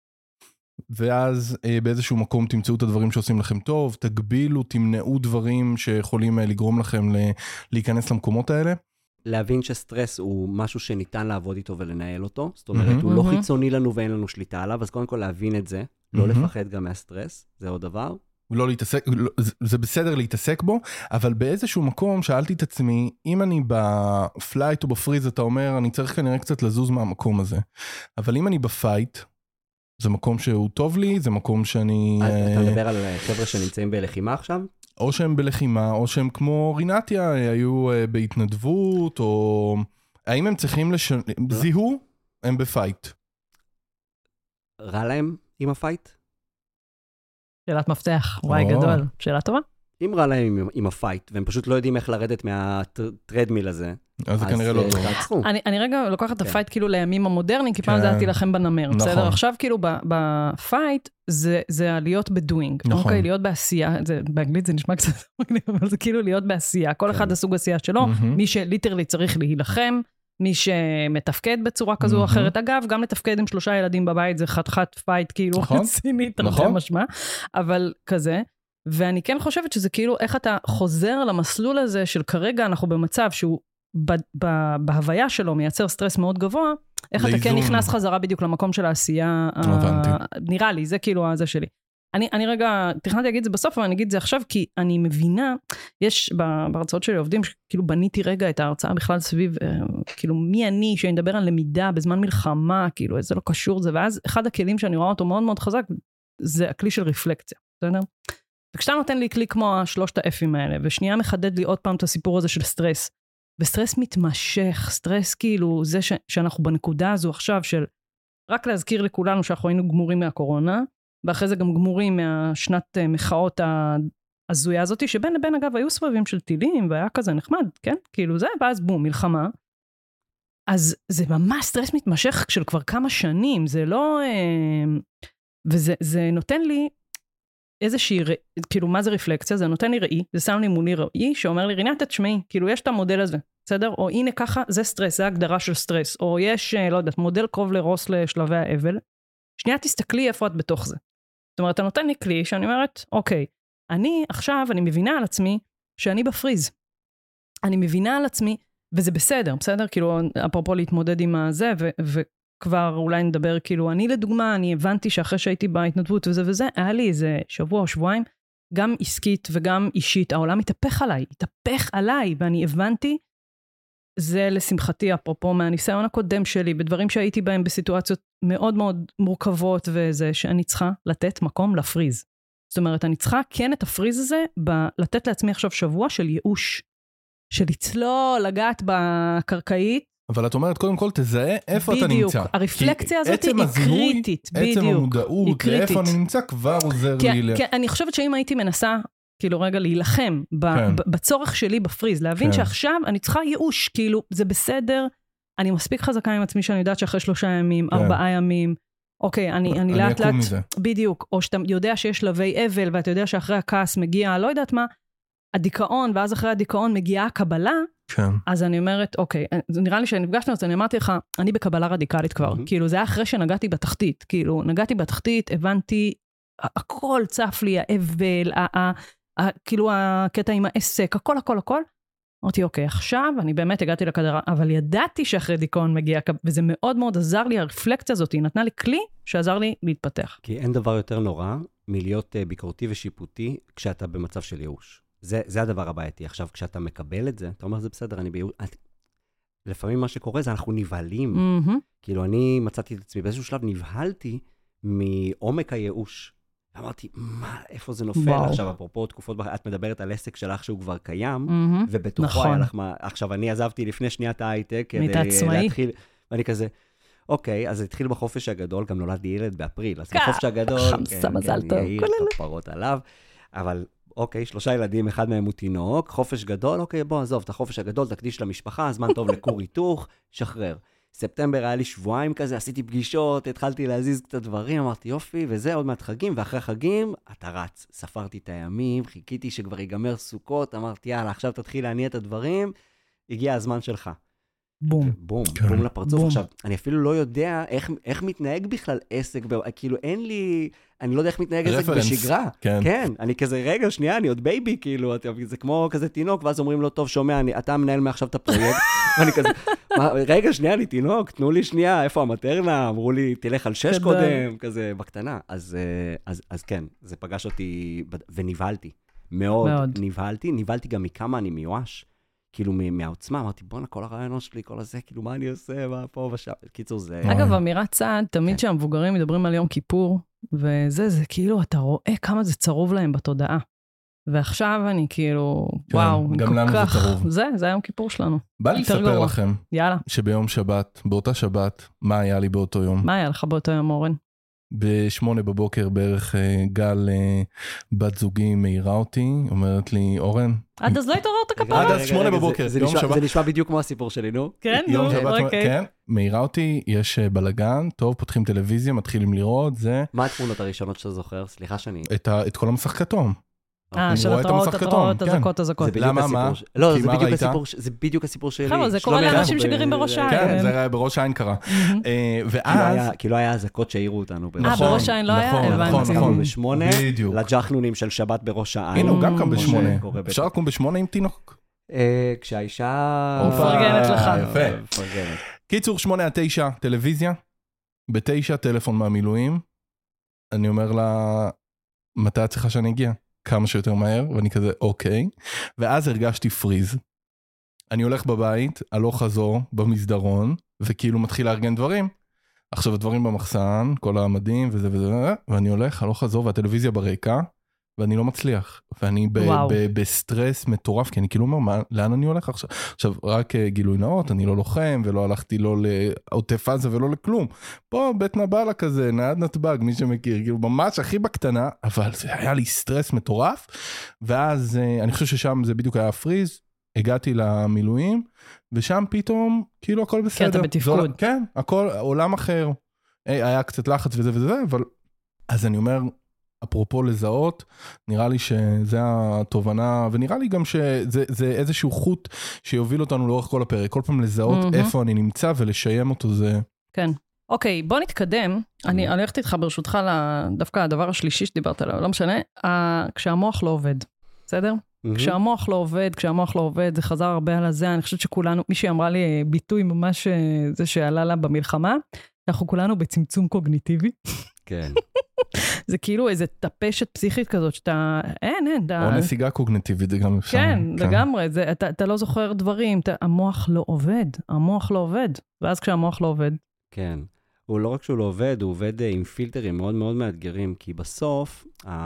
ואז באיזשהו מקום תמצאו את הדברים שעושים לכם טוב, תגבילו, תמנעו דברים שיכולים לגרום לכם להיכנס למקומות האלה. להבין שסטרס הוא משהו שניתן לעבוד איתו ולנהל אותו, זאת אומרת, הוא לא חיצוני לנו ואין לנו שליטה עליו, אז קודם כל להבין את זה, לא לפחד גם מהסטרס, זה עוד דבר. לא להתעסק, זה בסדר להתעסק בו, אבל באיזשהו מקום שאלתי את עצמי, אם אני בפלייט או בפריז, אתה אומר, אני צריך כנראה קצת לזוז מהמקום הזה. אבל אם אני בפייט, זה מקום שהוא טוב לי, זה מקום שאני... אתה מדבר על חבר'ה שנמצאים בלחימה עכשיו? או שהם בלחימה, או שהם כמו רינתיה, היו בהתנדבות, או... האם הם צריכים זיהו? הם בפייט. רע להם עם הפייט? שאלת מפתח, וואי גדול. שאלה טובה? אם רע להם עם הפייט, והם פשוט לא יודעים איך לרדת מהטרדמיל הזה, אז זה כנראה לא טוב. אני רגע לוקחת את הפייט כאילו לימים המודרניים, כי פעם זה הייתי לכם בנמר, בסדר? עכשיו כאילו בפייט זה להיות בדואינג, אוקיי? להיות בעשייה, באנגלית זה נשמע קצת, אבל זה כאילו להיות בעשייה, כל אחד הסוג עשייה שלו, מי שליטרלי צריך להילחם, מי שמתפקד בצורה כזו או אחרת, אגב, גם לתפקד עם 3 ילדים בבית, זה חתיכת פייט כאילו רציני, תרתי משמע, אבל כזה. ואני כן חושבת שזה כאילו, איך אתה חוזר למסלול הזה של כרגע אנחנו במצב שהוא בהוויה שלו מייצר סטרס מאוד גבוה, איך אתה כן נכנס חזרה בדיוק למקום של העשייה, נראה לי, זה כאילו הזה שלי. אני רגע, תכננתי להגיד את זה בסוף, אבל אני אגיד את זה עכשיו, כי אני מבינה, יש בהרצאות שלי עובדים, כאילו בניתי רגע את ההרצאה בכלל סביב, כאילו מי אני, שאני מדבר על למידה בזמן מלחמה, כאילו זה לא קשור זה, ואז אחד הכלים שאני רואה אותו מאוד מאוד חזק, זה הכלי של רפלקציה, בסדר? וכשאתה נותן לי כלי כמו 3 האפים האלה, ושנייה מחדד לי עוד פעם את הסיפור הזה של סטרס, וסטרס מתמשך, סטרס כאילו זה שאנחנו בנקודה הזו עכשיו של, רק להזכיר לכולנו שאנחנו היינו גמורים מהקורונה, ואחרי זה גם גמורים מהשנת מחאות הזויה הזאת, שבין לבין אגב היו סבבים של טילים, והיה כזה נחמד, כן? כאילו זה, ואז בום, מלחמה. אז זה ממש סטרס מתמשך של כבר כמה שנים, זה לא... וזה נותן לי איזושהי, כאילו מה זה רפלקציה? זה נותן לי ראי, זה שם לי מולי ראי, שאומר לי, רינת, תשמעי, כאילו יש את המודל הזה, בסדר? או הנה ככה, זה סטרס, זה הגדרה של סטרס, או יש, לא יודעת, מודל קרוב לרוס לשלבי האבל, שנייה תסתכלי איפה את בתוך זה. זאת אומרת, אתה נותן לי כלי שאני אומרת, אוקיי, עכשיו אני מבינה על עצמי שאני בפריז. אני מבינה על עצמי, וזה בסדר, בסדר? כאילו, אפרופו להתמודד עם הזה, וכבר אולי נדבר, כאילו, אני לדוגמה, אני הבנתי שאחרי שהייתי בהתנדבות וזה, היה לי איזה שבוע או שבועיים, גם עסקית וגם אישית, העולם התהפך עליי, ואני הבנתי, זה לשמחתי, אפרופו מהניסיון הקודם שלי, בדברים שהייתי בהם בסיטואציות מאוד מאוד מורכבות, וזה שאני צריכה לתת מקום לפריז. זאת אומרת, אני צריכה כן את הפריז הזה, לתת לעצמי עכשיו שבוע של ייאוש, של לצלול, לגעת בקרקעית. אבל את אומרת, קודם כל תזהה איפה אתה נמצא. בדיוק, הרפלקציה הזאת היא קריטית. עצם המודעות, לאיפה אני נמצא כבר עוזר לי. אני חושבת שאם הייתי מנסה, כאילו רגע להילחם בצורך שלי בפריז, להבין שעכשיו אני צריכה ייאוש, כאילו זה בסדר, אני מספיק חזקה עם עצמי שאני יודעת שאחרי 3 ימים, 4 ימים, אוקיי, אני לאט לאט, בדיוק, או שאתה יודע שיש שלבי אבל, ואתה יודע שאחרי הכעס מגיע, לא יודעת מה, הדיכאון, ואז אחרי הדיכאון מגיעה הקבלה, אז אני אומרת, אוקיי, נראה לי שנפגשנו, אז אני אמרתי לך, אני בקבלה רדיקלית כבר, כאילו זה היה אחרי שנגעתי בתחתית, כאילו נגעתי בתחתית, הבנתי, הכל צף לי, האבל, כאילו הקטע עם העסק, הכל. אמרתי, אוקיי, עכשיו אני באמת הגעתי לקדרה, אבל ידעתי שאחרי דיכאון מגיע, וזה מאוד מאוד עזר לי, הרפלקציה הזאת, היא נתנה לי כלי שעזר לי להתפתח. כי אין דבר יותר נורא מלהיות ביקורתי ושיפוטי כשאתה במצב של ייאוש. זה הדבר הבעייתי. עכשיו, כשאתה מקבל את זה, אתה אומר, זה בסדר, אני בייאוש. לפעמים מה שקורה זה אנחנו נבהלים. כאילו, אני מצאתי את עצמי, באיזשהו שלב נבהלתי מעומק הייאוש. אמרתי, מה, איפה זה נופל? עכשיו, אפרופו תקופות, את מדברת על עסק שלך שהוא כבר קיים, ובתוכו היה לך מה... עכשיו, אני עזבתי לפני שניית ההייטק, כדי להתחיל, ואני כזה, אוקיי, אז התחיל בחופש הגדול, גם נולד לי ילד באפריל, אז בחופש הגדול, חמסה מזל טוב, יאיר כפרות עליו, אבל אוקיי, 3 ילדים, אחד מהם הוא תינוק, חופש גדול, אוקיי, בוא, עזוב, את החופש הגדול, תקדיש למשפחה, זמן טוב לקור היתוך, שחרר. ספטמבר היה לי שבועיים כזה, עשיתי פגישות, התחלתי להזיז קצת דברים, אמרתי יופי, וזה עוד מעט חגים, ואחרי חגים, אתה רץ. ספרתי את הימים, חיכיתי שכבר ייגמר סוכות, אמרתי יאללה, עכשיו תתחיל להניע את הדברים, הגיע הזמן שלך. בום. בום לפרצוף. עכשיו, אני אפילו לא יודע איך מתנהג בכלל עסק, כאילו אין לי, אני לא יודע איך מתנהג עסק בשגרה. כן, אני כזה, רגע, שנייה, אני עוד בייבי, כאילו, זה כמו כזה תינוק, ואז אומרים לו, טוב, שומע, אתה מנהל מעכשיו את הפרויקט, ואני כזה, רגע, שנייה, אני תינוק, תנו לי שנייה, איפה המטרנה? אמרו לי, תלך על 6 קודם, כזה, בקטנה. אז כן, זה פגש אותי, ונבהלתי. מאוד נבהלתי גם מכמה אני מיואש. כאילו מהעוצמה, אמרתי, בוא'נה, כל הרעיונות שלי, כל הזה, כאילו, מה אני עושה, מה פה ושם, קיצור, זה... אגב, אמירת צעד, תמיד שהמבוגרים מדברים על יום כיפור, זה כאילו, אתה רואה כמה זה צרוב להם בתודעה. ועכשיו אני כאילו, וואו, גם לנו זה צרוב. זה היום כיפור שלנו. בא לי לספר לכם, שביום שבת, באותה שבת, מה היה לי באותו יום? מה היה לך באותו יום, אורן? ב8 בבוקר בערך גל בת זוגי מעירה אותי, אומרת לי, אורן. עד אז לא התעוררת כפרה? עד אז 8 בבוקר, זה נשמע בדיוק כמו הסיפור שלי, נו. כן, יום נו, שבת, אוקיי. כן, מעירה אותי, יש בלגן, טוב, פותחים טלוויזיה, מתחילים לראות, זה... מה התמונות הראשונות שאתה זוכר? סליחה שאני... את כל המסך כתום. של התראות, אזעקות. למה, מה? לא, זה בדיוק הסיפור שלי. חבר'ה, זה קורה לאנשים שגרים בראש העין. כן, זה בראש העין קרה. ואז... כי לא היה אזעקות שהעירו אותנו. בראש העין לא היה? נכון. ב8, לג'חנונים של שבת בראש העין. הנה, הוא גם קם ב8. אפשר לקום ב8 עם תינוק? כשהאישה... מפרגנת לך. יפה. קיצור, 8-9, טלוויזיה. ב9, טלפון מהמילואים. אני אומר לה, מתי את צריכה שאני אגיע? כמה שיותר מהר, ואני כזה, אוקיי. ואז הרגשתי פריז. אני הולך בבית, הלוך חזור, במסדרון, וכאילו מתחיל לארגן דברים. עכשיו הדברים במחסן, כל המדים וזה וזה, ואני הולך, הלוך חזור, והטלוויזיה ברקע, ואני לא מצליח. ואני בסטרס מטורף, כי אני כאילו אומר, לאן אני הולך עכשיו? עכשיו, רק גילוי נאות, אני לא לוחם, ולא הלכתי לא לעוטף עזה ולא לכלום. פה בית נבלה כזה, נייד נתב"ג, מי שמכיר, כאילו ממש הכי בקטנה, אבל זה היה לי סטרס מטורף, ואז אני חושב ששם זה בדיוק היה פריז, הגעתי למילואים, ושם פתאום, כאילו הכל בסדר. כן, אתה בתפקוד. כן, הכל עולם אחר. היה קצת לחץ וזה וזה, אבל... אז אני אומר, אפרופו לזהות, נראה לי שזה התובנה, ונראה לי גם שזה איזשהו חוט שיוביל אותנו לאורך כל הפרק. כל פעם לזהות איפה אני נמצא ולשיים אותו זה... כן. אוקיי, בוא נתקדם. אני הולכת איתך ברשותך דווקא הדבר השלישי שדיברת עליו, לא משנה, כשהמוח לא עובד, בסדר? כשהמוח לא עובד, זה חזר הרבה על הזה, אני חושבת שכולנו, מישהי אמרה לי ביטוי ממש זה שעלה לה במלחמה, אנחנו כולנו בצמצום קוגניטיבי. כן. זה כאילו איזה טפשת פסיכית כזאת, שאתה, אין. או נסיגה קוגניטיבית, זה גם אפשר. כן, לגמרי, אתה לא זוכר דברים, המוח לא עובד, ואז כשהמוח לא עובד. כן, הוא לא רק שהוא לא עובד, הוא עובד עם פילטרים מאוד מאוד מאתגרים, כי בסוף,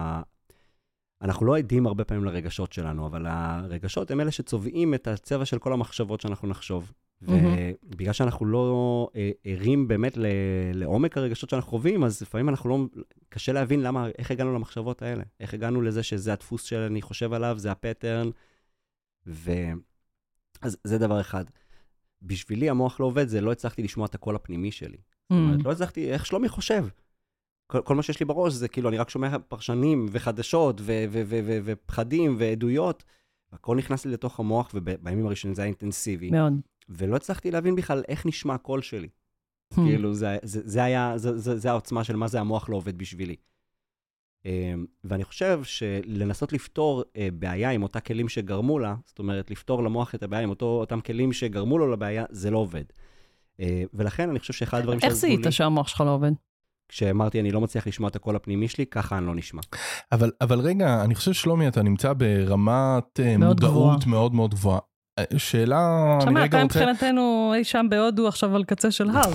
אנחנו לא עדים הרבה פעמים לרגשות שלנו, אבל הרגשות הם אלה שצובעים את הצבע של כל המחשבות שאנחנו נחשוב. ובגלל שאנחנו לא ערים באמת לעומק הרגשות שאנחנו חווים, אז לפעמים אנחנו לא... קשה להבין איך הגענו למחשבות האלה. איך הגענו לזה שזה הדפוס שאני חושב עליו, זה הפטרן. אז זה דבר אחד. בשבילי המוח לא עובד, זה לא הצלחתי לשמוע את הקול הפנימי שלי. זאת אומרת, לא הצלחתי, איך שלומי חושב. כל מה שיש לי בראש זה כאילו, אני רק שומע פרשנים וחדשות ופחדים ועדויות. הכל נכנס לי לתוך המוח, ובימים הראשונים זה היה אינטנסיבי. מאוד. ולא הצלחתי להבין בכלל איך נשמע הקול שלי. כאילו, זה העוצמה של מה זה המוח לא עובד בשבילי. ואני חושב שלנסות לפתור בעיה עם אותה כלים שגרמו לה, זאת אומרת, לפתור למוח את הבעיה עם אותם כלים שגרמו לו לבעיה, זה לא עובד. ולכן אני חושב שאחד הדברים איך זיהית שהמוח שלך לא עובד? כשאמרתי, אני לא מצליח לשמוע את הקול הפנימי שלי, ככה אני לא נשמע. אבל רגע, אני חושב שלומי, אתה נמצא ברמת מודעות מאוד מאוד גבוהה. שאלה... שמה, אתה מבחינתנו אי שם בהודו עכשיו על קצה של הר.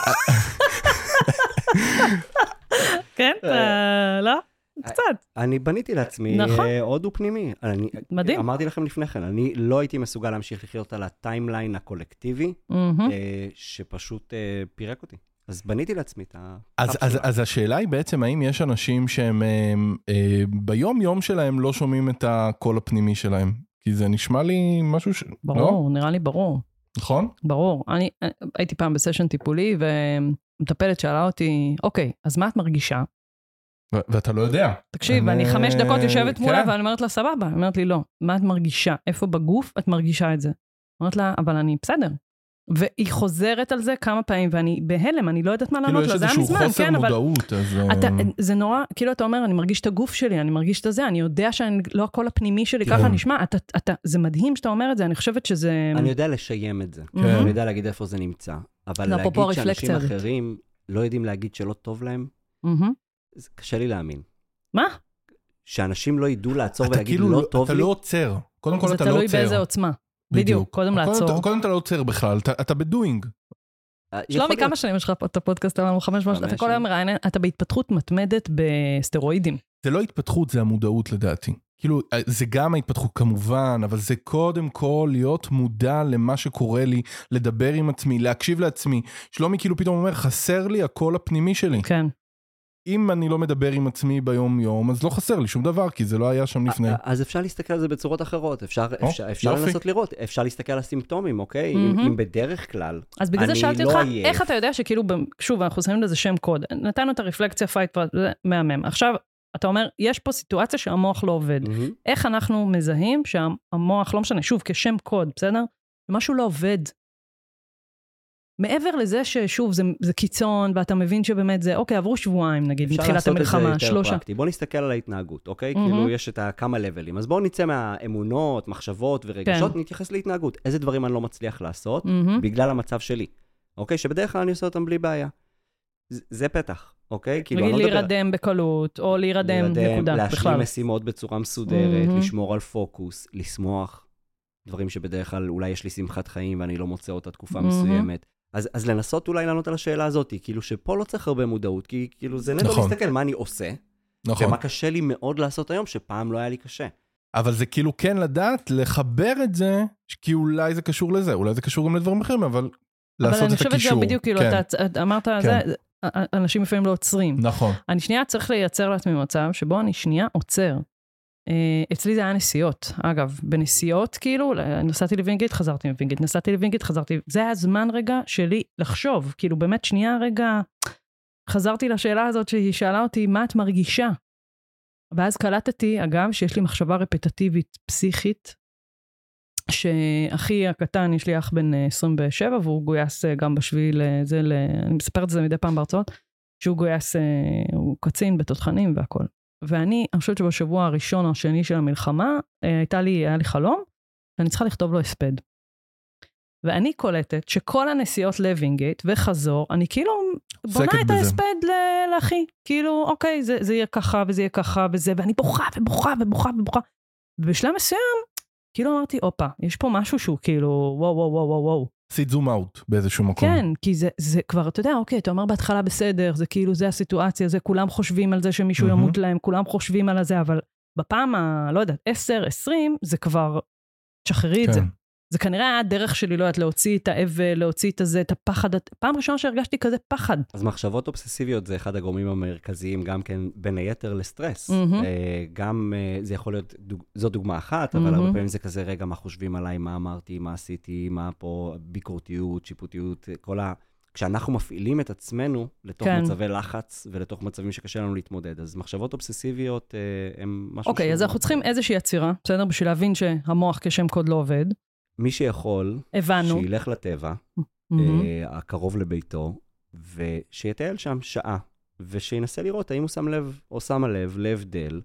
כן? לא? קצת. אני בניתי לעצמי הודו פנימי. מדהים. אמרתי לכם לפני כן, אני לא הייתי מסוגל להמשיך לחיות על הטיימליין הקולקטיבי, שפשוט פירק אותי. אז בניתי לעצמי את אז השאלה היא בעצם, האם יש אנשים שהם ביום יום שלהם לא שומעים את הקול הפנימי שלהם? כי זה נשמע לי משהו ש... ברור, נראה לי ברור. נכון? ברור. אני הייתי פעם בסשן טיפולי, ומטפלת שאלה אותי, אוקיי, אז מה את מרגישה? ואתה לא יודע. תקשיב, אני 5 דקות יושבת מולה, ואני אומרת לה, סבבה. היא אומרת לי, לא, מה את מרגישה? איפה בגוף את מרגישה את זה? אומרת לה, אבל אני בסדר. והיא חוזרת על זה כמה פעמים, ואני בהלם, אני לא יודעת מה לענות לה, זה היה מזמן, כן, אבל... זה נורא, כאילו אתה אומר, אני מרגיש את הגוף שלי, אני מרגיש את זה, אני יודע שלא הכל הפנימי שלי ככה נשמע, זה מדהים שאתה אומר את זה, אני חושבת שזה... אני יודע לשיים את זה, אני יודע להגיד איפה זה נמצא, אבל להגיד שאנשים אחרים לא יודעים להגיד שלא טוב להם, זה קשה לי להאמין. מה? שאנשים לא ידעו לעצור ולהגיד לא טוב לי. אתה לא עוצר, קודם כל אתה לא עוצר. זה תלוי באיזה עוצמה. בדיוק, קודם לעצור. קודם אתה לא עוצר בכלל, אתה בדוינג. שלומי, כמה שנים יש לך את הפודקאסט, אמרנו 5 שנים, אתה כל היום מראיין, אתה בהתפתחות מתמדת בסטרואידים. זה לא התפתחות, זה המודעות לדעתי. כאילו, זה גם ההתפתחות כמובן, אבל זה קודם כל להיות מודע למה שקורה לי, לדבר עם עצמי, להקשיב לעצמי. שלומי כאילו פתאום אומר, חסר לי הקול הפנימי שלי. כן. אם אני לא מדבר עם עצמי ביום יום, אז לא חסר לי שום דבר, כי זה לא היה שם לפני. אז אפשר להסתכל על זה בצורות אחרות, אפשר לנסות לראות, אפשר להסתכל על הסימפטומים, אוקיי? אם בדרך כלל, אז בגלל זה שאלתי אותך, איך אתה יודע שכאילו, שוב, אנחנו שמים לזה שם קוד, נתנו את הרפלקציה פייט, זה מהמם. עכשיו, אתה אומר, יש פה סיטואציה שהמוח לא עובד. איך אנחנו מזהים שהמוח, לא משנה, שוב, כשם קוד, בסדר? משהו לא עובד. מעבר לזה ששוב, זה קיצון, ואתה מבין שבאמת זה, אוקיי, עברו שבועיים, נגיד, מתחילת המלחמה, 3. בוא נסתכל על ההתנהגות, אוקיי? כאילו, יש את כמה לבלים. אז בואו נצא מהאמונות, מחשבות ורגשות, נתייחס להתנהגות. איזה דברים אני לא מצליח לעשות, בגלל המצב שלי. אוקיי? שבדרך כלל אני עושה אותם בלי בעיה. זה פתח, אוקיי? נגיד להירדם בקלות, או להירדם נקודה. להשלים משימות בצורה מסודרת, לשמור על פוקוס, לשמוח. דברים שבדרך כלל אולי יש לי שמחת חיים ואני לא מוצא אותה תקופה מסוימת. אז לנסות אולי לענות על השאלה הזאת, כאילו שפה לא צריך הרבה מודעות, כי כאילו זה נדו להסתכל מה אני עושה, ומה קשה לי מאוד לעשות היום, שפעם לא היה לי קשה. אבל זה כאילו כן לדעת, לחבר את זה, כי אולי זה קשור לזה, אולי זה קשור גם לדברים אחרים, אבל לעשות את הקישור. אבל אני חושבת שזה בדיוק, כאילו, אתה אמרת, אנשים לפעמים לא עוצרים. נכון. אני שנייה צריך לייצר לעצמי מצב, שבו אני שנייה עוצר. אצלי זה היה נסיעות, אגב, בנסיעות כאילו, נסעתי לווינגייט, חזרתי לווינגייט, נסעתי לווינגייט, חזרתי, זה היה הזמן רגע שלי לחשוב, כאילו באמת שנייה רגע, חזרתי לשאלה הזאת שהיא שאלה אותי, מה את מרגישה? ואז קלטתי, אגב, שיש לי מחשבה רפטטיבית פסיכית, שאחי הקטן, יש לי אח בן 27, והוא גויס גם בשביל זה, אני מספרת את זה מדי פעם בהרצאות, שהוא גויס, הוא קצין בתותחנים והכל. ואני חושבת שבשבוע הראשון או השני של המלחמה, היה לי חלום, ואני צריכה לכתוב לו הספד. ואני קולטת שכל הנסיעות לווינגייט וחזור, אני כאילו בונה את ההספד לאחי. כאילו, אוקיי, זה יהיה ככה וזה יהיה ככה וזה, ואני בוכה ובוכה ובוכה ובוכה. ובשלב מסוים, כאילו אמרתי, אופה, יש פה משהו שהוא כאילו, וואו, וואו, וואו, וואו, וואו. עשית זום אאוט באיזשהו מקום. כן, כי זה כבר, אתה יודע, אוקיי, אתה אומר בהתחלה בסדר, זה כאילו, זה הסיטואציה, זה כולם חושבים על זה שמישהו ימות להם, כולם חושבים על זה, אבל בפעם לא יודעת, 10, 20, זה כבר, תשחררי את זה. זה כנראה היה הדרך שלי, לא יודעת, להוציא את האבל, להוציא את הזה, את הפחד, פעם ראשונה שהרגשתי כזה פחד. אז מחשבות אובססיביות זה אחד הגורמים המרכזיים, גם כן בין היתר לסטרס. גם זה יכול להיות, זו דוגמה אחת, אבל הרבה פעמים זה כזה רגע, מה חושבים עליי, מה אמרתי, מה עשיתי, מה פה, ביקורתיות, שיפוטיות, כשאנחנו מפעילים את עצמנו לתוך מצבי לחץ, ולתוך מצבים שקשה לנו להתמודד, אז מחשבות אובססיביות הם משהו אוקיי, אז אנחנו צריכים איזושהי יצירה, בסדר? בשביל להבין שהמוח כשם קוד לא עובד. מי שיכול, שילך לטבע, הקרוב לביתו, ושיטייל שם שעה, ושינסה לראות האם הוא שם לב או שמה לב להבדל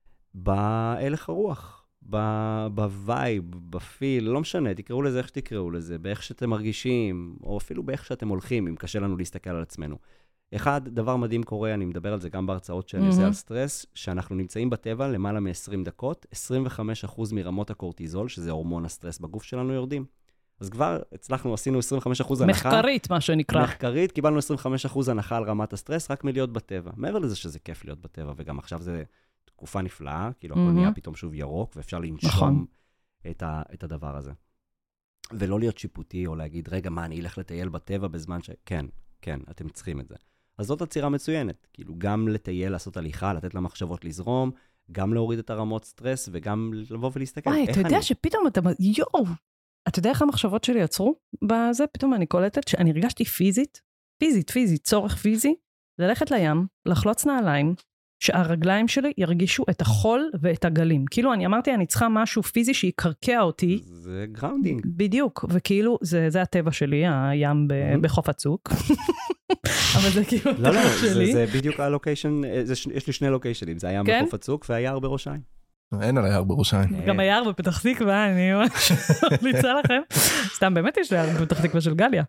בהלך הרוח, בווייב, בפיל, לא משנה, תקראו לזה איך שתקראו לזה, באיך שאתם מרגישים, או אפילו באיך שאתם הולכים, אם קשה לנו להסתכל על עצמנו. אחד, דבר מדהים קורה, אני מדבר על זה גם בהרצאות שאני עושה על סטרס, שאנחנו נמצאים בטבע למעלה מ-20 דקות, 25% מרמות הקורטיזול, שזה הורמון הסטרס בגוף שלנו, יורדים. אז כבר הצלחנו, עשינו 25% הנחה. מחקרית, מה שנקרא. מחקרית, קיבלנו 25% הנחה על רמת הסטרס, רק מלהיות בטבע. מעבר לזה שזה כיף להיות בטבע, וגם עכשיו זה תקופה נפלאה, כאילו הכל נהיה פתאום שוב ירוק, ואפשר לנשום את הדבר הזה. ולא להיות שיפוטי, או להגיד, רגע, מה, אני אלך לטייל בטבע בזמן כן, אתם צריכים את זה. אז זאת הצירה מצוינת, כאילו גם לטייל, לעשות הליכה, לתת למחשבות לזרום, גם להוריד את הרמות סטרס, וגם לבוא ולהסתכל. וואי, אתה יודע שפתאום אתה יודע איך המחשבות שלי יצרו? בזה פתאום אני קולטת שאני הרגשתי פיזית, צורך פיזי, ללכת לים, לחלוץ נעליים, שהרגליים שלי ירגישו את החול ואת הגלים. כאילו אני אמרתי, אני צריכה משהו פיזי שיקרקע אותי. זה גראונדינג. בדיוק, וכאילו זה הטבע שלי, הים בחוף הצוק. אבל זה כאילו הטבע שלי. זה בדיוק הלוקיישן, יש לי 2 לוקיישנים, זה הים בחוף הצוק והיער בראש העין. אין על היער בראש העין. גם היער בפתח תקווה, אני ממש ממליצה לכם. סתם באמת יש ליער בפתח תקווה של גליה.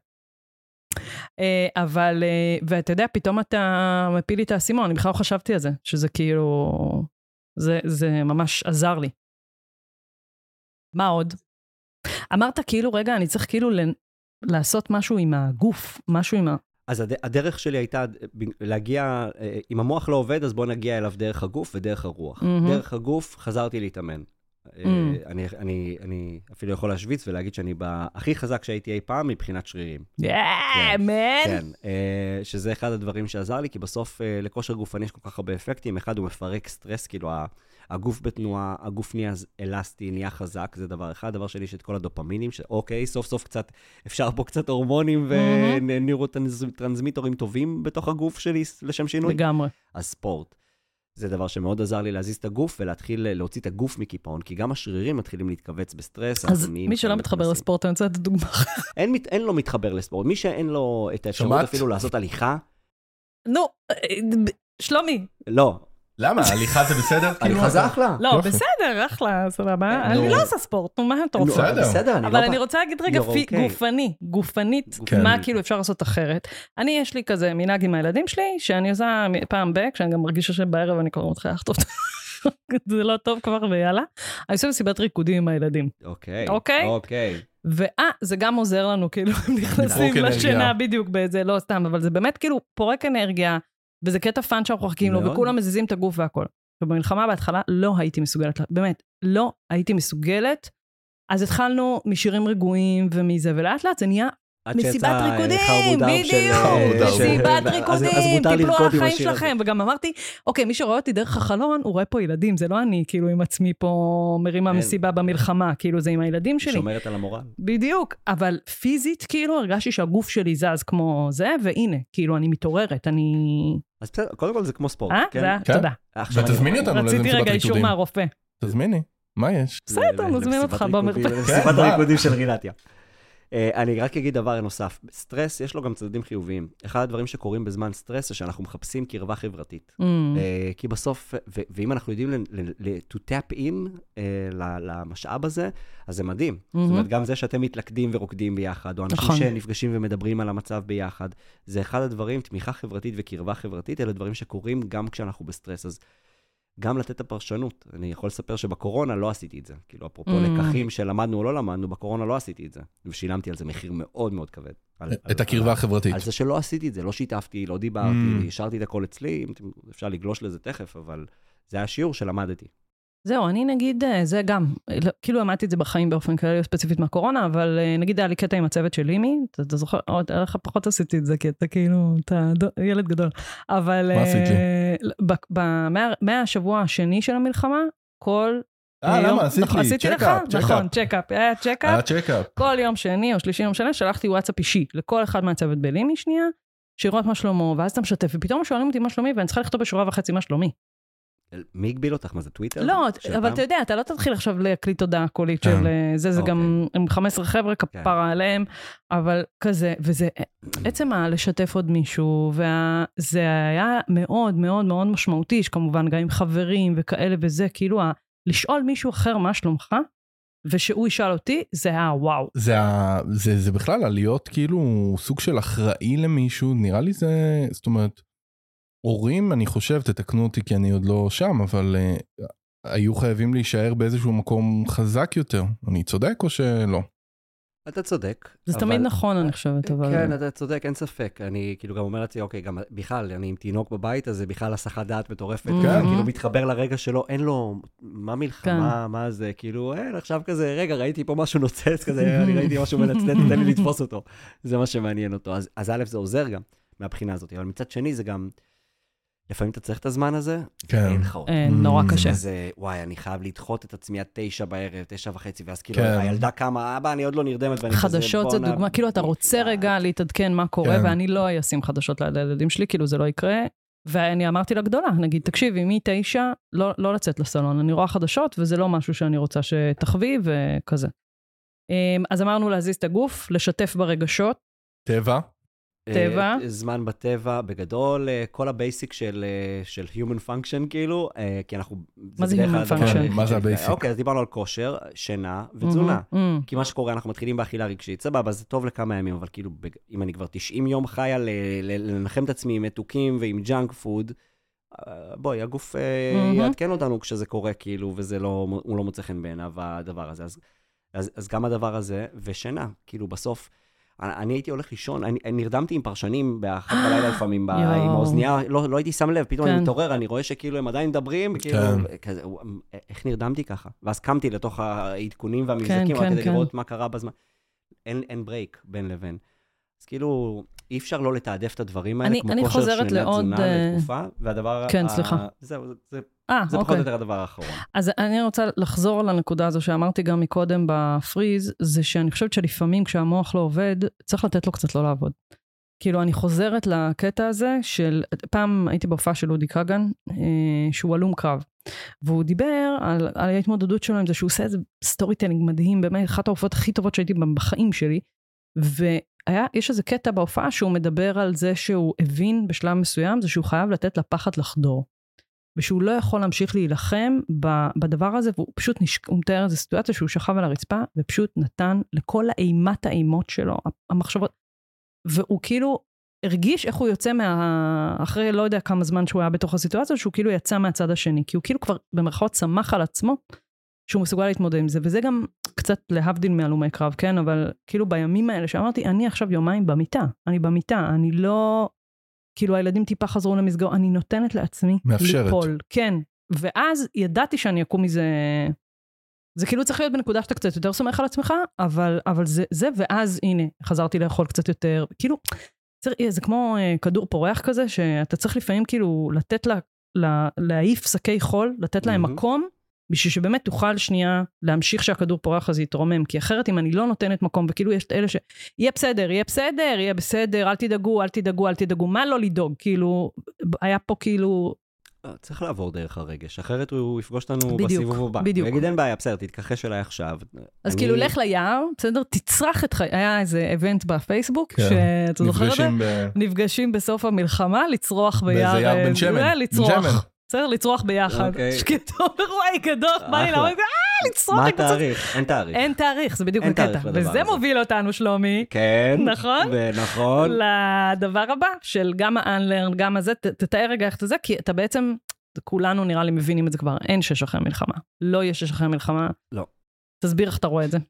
אבל, ואתה יודע, פתאום אתה מפיל לי את האסימון, אני בכלל לא חשבתי על זה, שזה כאילו, זה ממש עזר לי. מה עוד? אמרת כאילו, רגע, אני צריך כאילו לעשות משהו עם הגוף, משהו עם אז הדרך שלי הייתה להגיע, אם המוח לא עובד, אז בוא נגיע אליו דרך הגוף ודרך הרוח. דרך הגוף חזרתי להתאמן. אני אפילו יכול להשוויץ ולהגיד שאני הכי חזק שהייתי אי פעם מבחינת שרירים. מן! שזה אחד הדברים שעזר לי, כי בסוף לכושר גופני יש כל כך הרבה אפקטים. אחד, הוא מפרק סטרס, כאילו הגוף בתנועה, הגוף נהיה אלסטי, נהיה חזק, זה דבר אחד. דבר שלי יש את כל הדופמינים, שאוקיי, סוף סוף קצת, אפשר פה קצת הורמונים ונורוטרנסמיטורים טובים בתוך הגוף שלי לשם שינוי. לגמרי. אז ספורט. זה דבר שמאוד עזר לי להזיז את הגוף ולהתחיל להוציא את הגוף מקיפאון, כי גם השרירים מתחילים להתכווץ בסטרס. אז מי שלא מתחבר לספורט, אני רוצה את הדוגמה. אין לו מתחבר לספורט. מי שאין לו את האפשרות אפילו לעשות הליכה. נו, שלומי. לא. למה? הליכה זה בסדר? הליכה זה אחלה. לא, בסדר, אחלה, סבבה. אני לא עושה ספורט, נו, מה אתה רוצה? בסדר. אבל אני רוצה להגיד רגע גופנית, מה כאילו אפשר לעשות אחרת. יש לי כזה מנהג עם הילדים שלי, שאני עושה פעם כשאני גם מרגישה שבערב אני כבר מתחילה לחטוף, זה לא טוב כבר ויאללה. אני עושה מסיבת ריקודים עם הילדים. אוקיי. זה גם עוזר לנו, כאילו, הם נכנסים לשינה בדיוק באיזה, לא סתם, אבל זה באמת כאילו פורק אנרגיה, וזה קטע פאן שאנחנו חכים לו, וכולם מזיזים את הגוף והכל. ובמלחמה בהתחלה לא הייתי מסוגלת, באמת, לא הייתי מסוגלת, אז התחלנו משירים רגועים ומזה, ולאט לאט זה נהיה מסיבת ריקודים, בדיוק, מסיבת ריקודים, טיפלו על החיים שלכם, וגם אמרתי, אוקיי, מי שרואה אותי דרך החלון, הוא רואה פה ילדים, זה לא אני, כאילו, עם עצמי פה מרימה מסיבה במלחמה, כאילו, זה עם הילדים שלי. שומרת על המורל. בדיוק, אבל פיזית, כאילו, הרגשתי שהגוף שלי זז כמו זה, והנה, כאילו, אני מתעוררת, אז קודם כל זה כמו ספורט, כן? תודה. ותזמיני אותנו לאיזה מסיבת רציתי רגע ריקודים. אישור מהרופא. תזמיני, מה יש? בסדר, נזמין אותך במרפא. מסיבת הריקודים של רינתיה. אני רק אגיד דבר נוסף, סטרס יש לו גם צדדים חיוביים. אחד הדברים שקורים בזמן סטרס זה שאנחנו מחפשים קרבה חברתית. כי בסוף, ואם אנחנו יודעים to tap in למשאב הזה, אז זה מדהים. זאת אומרת, גם זה שאתם מתלכדים ורוקדים ביחד, או אנשים שנפגשים ומדברים על המצב ביחד, זה אחד הדברים, תמיכה חברתית וקרבה חברתית, אלה דברים שקורים גם כשאנחנו בסטרס. אז גם לתת את הפרשנות. אני יכול לספר שבקורונה לא עשיתי את זה. כאילו, אפרופו לקחים שלמדנו או לא למדנו, בקורונה לא עשיתי את זה. ושילמתי על זה מחיר מאוד מאוד כבד. את הקרבה החברתית. על זה שלא עשיתי את זה, לא שיתפתי, לא דיברתי, השארתי את הכל אצלי, אפשר לגלוש לזה תכף, אבל זה היה שיעור שלמדתי. זהו, אני נגיד, זה גם, כאילו למדתי את זה בחיים באופן כללי, ספציפית מהקורונה, אבל נגיד היה לי קטע עם הצוות של לימי, אתה זוכר, עוד איך פחות עשיתי את זה, כי אתה כאילו, אתה ילד גדול. אבל מה עשית לי? מהשבוע השני של המלחמה, כל למה? עשיתי לי? צ'קאפ. נכון, צ'קאפ, היה צ'קאפ. היה צ'קאפ. כל יום שני או שלישי יום שני, שלחתי וואטסאפ אישי לכל אחד מהצוות בלימי שנייה, שירות מה שלמה, ואז אתה משתף, ופתאום שואלים אותי מה שלומי, ואני צריכה לכתוב בשורה וחצי מה שלומי. מי הגביל אותך? מה זה טוויטר? לא, אבל אתה יודע, אתה לא תתחיל עכשיו להקליט תודעה קולית של זה, זה גם עם 15 חבר'ה כפרה עליהם, אבל כזה, וזה עצם לשתף עוד מישהו, וזה היה מאוד מאוד מאוד משמעותי, שכמובן גם עם חברים וכאלה וזה, כאילו לשאול מישהו אחר מה שלומך, ושהוא ישאל אותי, זה היה וואו. זה בכלל להיות כאילו סוג של אחראי למישהו, נראה לי זה, זאת אומרת, הורים, אני חושב, תתקנו אותי כי אני עוד לא שם, אבל היו חייבים להישאר באיזשהו מקום חזק יותר. אני צודק או שלא? אתה צודק. זה תמיד נכון, אני חושבת, אבל... כן, אתה צודק, אין ספק. אני כאילו גם אומר לעצמי, אוקיי, גם בכלל, אני עם תינוק בבית, אז זה בכלל הסחת דעת מטורפת. כאילו מתחבר לרגע שלו, אין לו, מה מלחמה, מה זה, כאילו, עכשיו כזה, רגע, ראיתי פה משהו נוצץ כזה, אני ראיתי משהו מנצנץ, תן לי לתפוס אותו. זה מה שמעניין אותו. אז א', זה עוזר גם מהבחינה הזאת, אבל מצד שני זה גם... לפעמים אתה צריך את הזמן הזה, אין לך אותו. נורא קשה. זה, וואי, אני חייב לדחות את עצמי עד 9 בערב, 9:30, ואז כאילו, הילדה קמה, אבא, אני עוד לא נרדמת, ואני כזה... חדשות זה דוגמה, כאילו אתה רוצה רגע להתעדכן מה קורה, ואני לא אשים חדשות לילדים שלי, כאילו זה לא יקרה, ואני אמרתי לגדולה, נגיד, תקשיבי, מ-9, לא לצאת לסלון, אני רואה חדשות, וזה לא משהו שאני רוצה שתחווי, וכזה. אז אמרנו להזיז את הגוף, לשתף ברגשות. טבע. טבע. זמן בטבע, בגדול, כל הבייסיק של human function, כאילו, כי אנחנו... מה זה human function? מה זה הבייסיק? אוקיי, אז דיברנו על כושר, שינה ותזונה. כי מה שקורה, אנחנו מתחילים באכילה רגשית, סבבה, זה טוב לכמה ימים, אבל כאילו, אם אני כבר 90 יום חיה לנחם את עצמי עם מתוקים ועם ג'אנק פוד, בואי, הגוף יעדכן אותנו כשזה קורה, כאילו, והוא לא מוצא חן בעיניו הדבר הזה. אז גם הדבר הזה, ושינה, כאילו, בסוף, אני הייתי הולך לישון, אני נרדמתי עם פרשנים באחת בלילה לפעמים, עם האוזנייה, לא הייתי שם לב, פתאום אני מתעורר, אני רואה שכאילו הם עדיין מדברים, איך נרדמתי ככה? ואז קמתי לתוך העדכונים והמבזקים, רק כדי לראות מה קרה בזמן. אין ברייק בין לבין. אז כאילו, אי אפשר לא לתעדף את הדברים האלה, כמו כושר שנינת תזונה לתקופה, והדבר... כן, סליחה. זה פחות או יותר הדבר האחרון. אז אני רוצה לחזור על הנקודה הזו שאמרתי גם מקודם בפריז, זה שאני חושבת שלפעמים כשהמוח לא עובד, צריך לתת לו קצת לא לעבוד. כאילו אני חוזרת לקטע הזה של, פעם הייתי בהופעה של אודי כגן, שהוא הלום קרב, והוא דיבר על ההתמודדות שלו עם זה, שהוא עושה איזה סטורי טיילינג מדהים, באמת אחת ההופעות הכי טובות שהייתי בחיים שלי, ויש איזה קטע בהופעה שהוא מדבר על זה שהוא הבין בשלב מסוים, זה שהוא חייב לתת לפחד לחדור. ושהוא לא יכול להמשיך להילחם בדבר הזה, והוא פשוט הוא מתאר איזו סיטואציה שהוא שכב על הרצפה, ופשוט נתן לכל האימת האימות שלו, המחשבות, והוא כאילו הרגיש איך הוא יוצא אחרי לא יודע כמה זמן שהוא היה בתוך הסיטואציה, שהוא כאילו יצא מהצד השני, כי הוא כאילו כבר במרכאות צמח על עצמו, שהוא מסוגל להתמודד עם זה, וזה גם קצת להבדיל מהלומי קרב, כן, אבל כאילו בימים האלה שאמרתי, אני עכשיו יומיים במיטה, אני לא... כאילו הילדים טיפה חזרו למסגור, אני נותנת לעצמי ליפול. כן, ואז ידעתי שאני אקום מזה, זה כאילו צריך להיות בנקודה שאתה קצת יותר סומך על עצמך, אבל זה, ואז הנה, חזרתי לאכול קצת יותר, כאילו, זה כמו כדור פורח כזה, שאתה צריך לפעמים כאילו לתת להעיף שקי חול, לתת להם מקום, בשביל שבאמת תוכל שנייה להמשיך שהכדור פורח הזה יתרומם, כי אחרת אם אני לא נותנת מקום, וכאילו יש את אלה יהיה בסדר, אל תדאגו, מה לא לדאוג? כאילו, היה פה כאילו... צריך לעבור דרך הרגש, אחרת הוא יפגוש אותנו בסיבוב הבא. בדיוק. ויגיד אין בעיה, בסדר, תתכחש אליי עכשיו. אז כאילו, לך ליער, בסדר, תצרח את חיי, היה איזה איבנט בפייסבוק, שאתה זוכר את זה? נפגשים בסוף המלחמה, לצרוח ביער. באיזה יער בן שמן. לצרוח. בסדר, לצרוח ביחד. שכתוב, וואי, גדול, בא לי להגיד, לצרוח. מה התאריך? אין תאריך. אין תאריך, זה בדיוק הקטע. וזה מוביל אותנו, שלומי. כן. נכון? ונכון. לדבר הבא, של גם ה-unlearn, גם הזה, תתאר רגע איך זה, כי אתה בעצם, כולנו נראה לי מבינים את זה כבר, אין 6 אחרי מלחמה. לא יש 6 אחרי מלחמה. לא. תסביר איך אתה רואה את זה.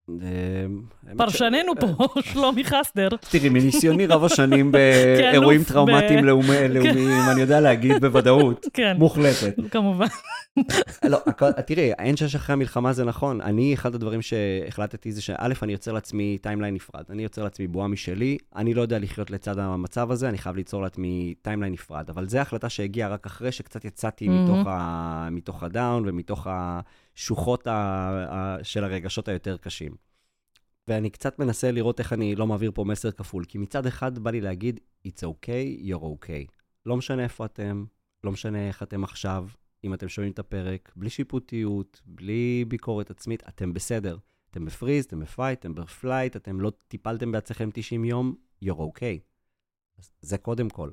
פרשננו פה, שלומי חסדר. תראי, מניסיוני רב השנים באירועים טראומטיים לאומיים, אני יודע להגיד בוודאות, מוחלטת. כמובן. לא, תראי, אין 6 אחרי המלחמה זה נכון. אני, אחד הדברים שהחלטתי זה שא', אני יוצר לעצמי טיימליין נפרד. אני יוצר לעצמי בועה משלי, אני לא יודע לחיות לצד המצב הזה, אני חייב ליצור לעצמי טיימליין נפרד. אבל זו החלטה שהגיעה רק אחרי שקצת יצאתי מתוך הדאון ומתוך שוחות של הרגשות היותר קשים. ואני קצת מנסה לראות איך אני לא מעביר פה מסר כפול, כי מצד אחד בא לי להגיד, it's okay, you're okay. לא משנה איפה אתם, לא משנה איך אתם עכשיו, אם אתם שומעים את הפרק, בלי שיפוטיות, בלי ביקורת עצמית, אתם בסדר. אתם בפריז, אתם בפייט, אתם בפלייט, אתם לא טיפלתם בעצמכם 90 יום, you're okay. אז זה קודם כל.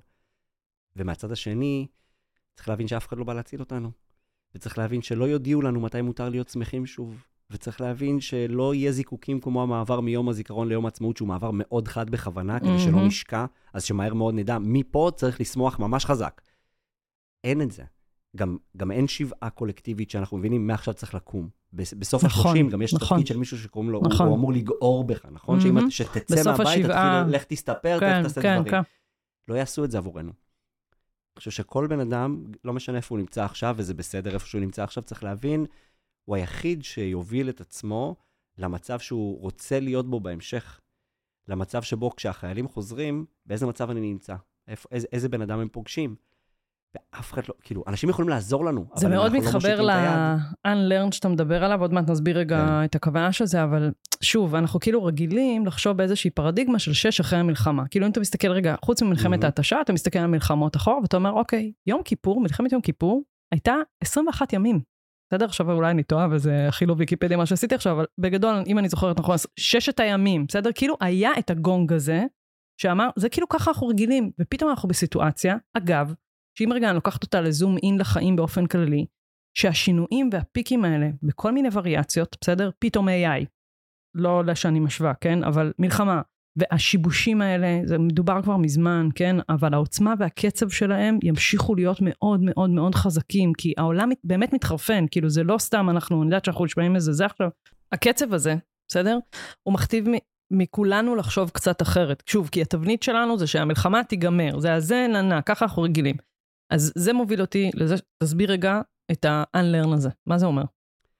ומהצד השני, צריך להבין שאף אחד לא בא להציל אותנו. וצריך להבין שלא יודיעו לנו מתי מותר להיות שמחים שוב. וצריך להבין שלא יהיה זיקוקים כמו המעבר מיום הזיכרון ליום העצמאות, שהוא מעבר מאוד חד בכוונה, כדי שלא נשקע, אז שמהר מאוד נדע, מפה צריך לשמוח ממש חזק. אין את זה. גם אין שבעה קולקטיבית שאנחנו מבינים, מעכשיו צריך לקום. בסוף ה-30 גם יש תפקיד של מישהו שקוראים לו, הוא אמור לגעור בך, נכון? שתצא מהבית, תתחיל, לך תסתפר, לך תעשה דברים. לא יעשו את זה עבורנו. אני חושב שכל בן אדם, לא משנה איפה הוא נמצא עכשיו, וזה בסדר איפה שהוא נמצא עכשיו, צריך להבין, הוא היחיד שיוביל את עצמו למצב שהוא רוצה להיות בו בהמשך. למצב שבו כשהחיילים חוזרים, באיזה מצב אני נמצא? איזה בן אדם הם פוגשים? ואף אחד לא, כאילו, אנשים יכולים לעזור לנו. זה מאוד מתחבר ל-unlearn שאתה מדבר עליו, עוד מעט נסביר רגע את הכוונה של זה, אבל שוב, אנחנו כאילו רגילים לחשוב באיזושהי פרדיגמה של 6 אחרי המלחמה. כאילו אם אתה מסתכל רגע, חוץ ממלחמת ההתשה, אתה מסתכל על מלחמות אחור, ואתה אומר, אוקיי, יום כיפור, מלחמת יום כיפור, הייתה 21 ימים. בסדר? עכשיו אולי אני טועה, וזה הכי לא ויקיפדיה מה שעשיתי עכשיו, אבל בגדול, אם אני זוכרת נכון, 6 הימים, בסדר? כאילו היה את הגונג הזה, שאמר, זה כאילו ככה אנחנו רגילים, ופתאום אנחנו בסיטואציה, אגב, שאם רגע אני לוקחת אותה לזום אין לחיים באופן כללי, שהשינויים והפיקים האלה, בכל מיני וריאציות, בסדר? פתאום AI, לא שאני משווה, כן? אבל מלחמה, והשיבושים האלה, זה מדובר כבר מזמן, כן? אבל העוצמה והקצב שלהם ימשיכו להיות מאוד מאוד מאוד חזקים, כי העולם באמת מתחרפן, כאילו זה לא סתם אנחנו, אני יודעת שאנחנו נשמעים איזה זה עכשיו. הקצב הזה, בסדר? הוא מכתיב מכולנו לחשוב קצת אחרת. שוב, כי התבנית שלנו זה שהמלחמה תיגמר, זה הזה ננה, ככה אנחנו רגילים. אז זה מוביל אותי לזה, תסביר רגע את ה-unlearn הזה. מה זה אומר?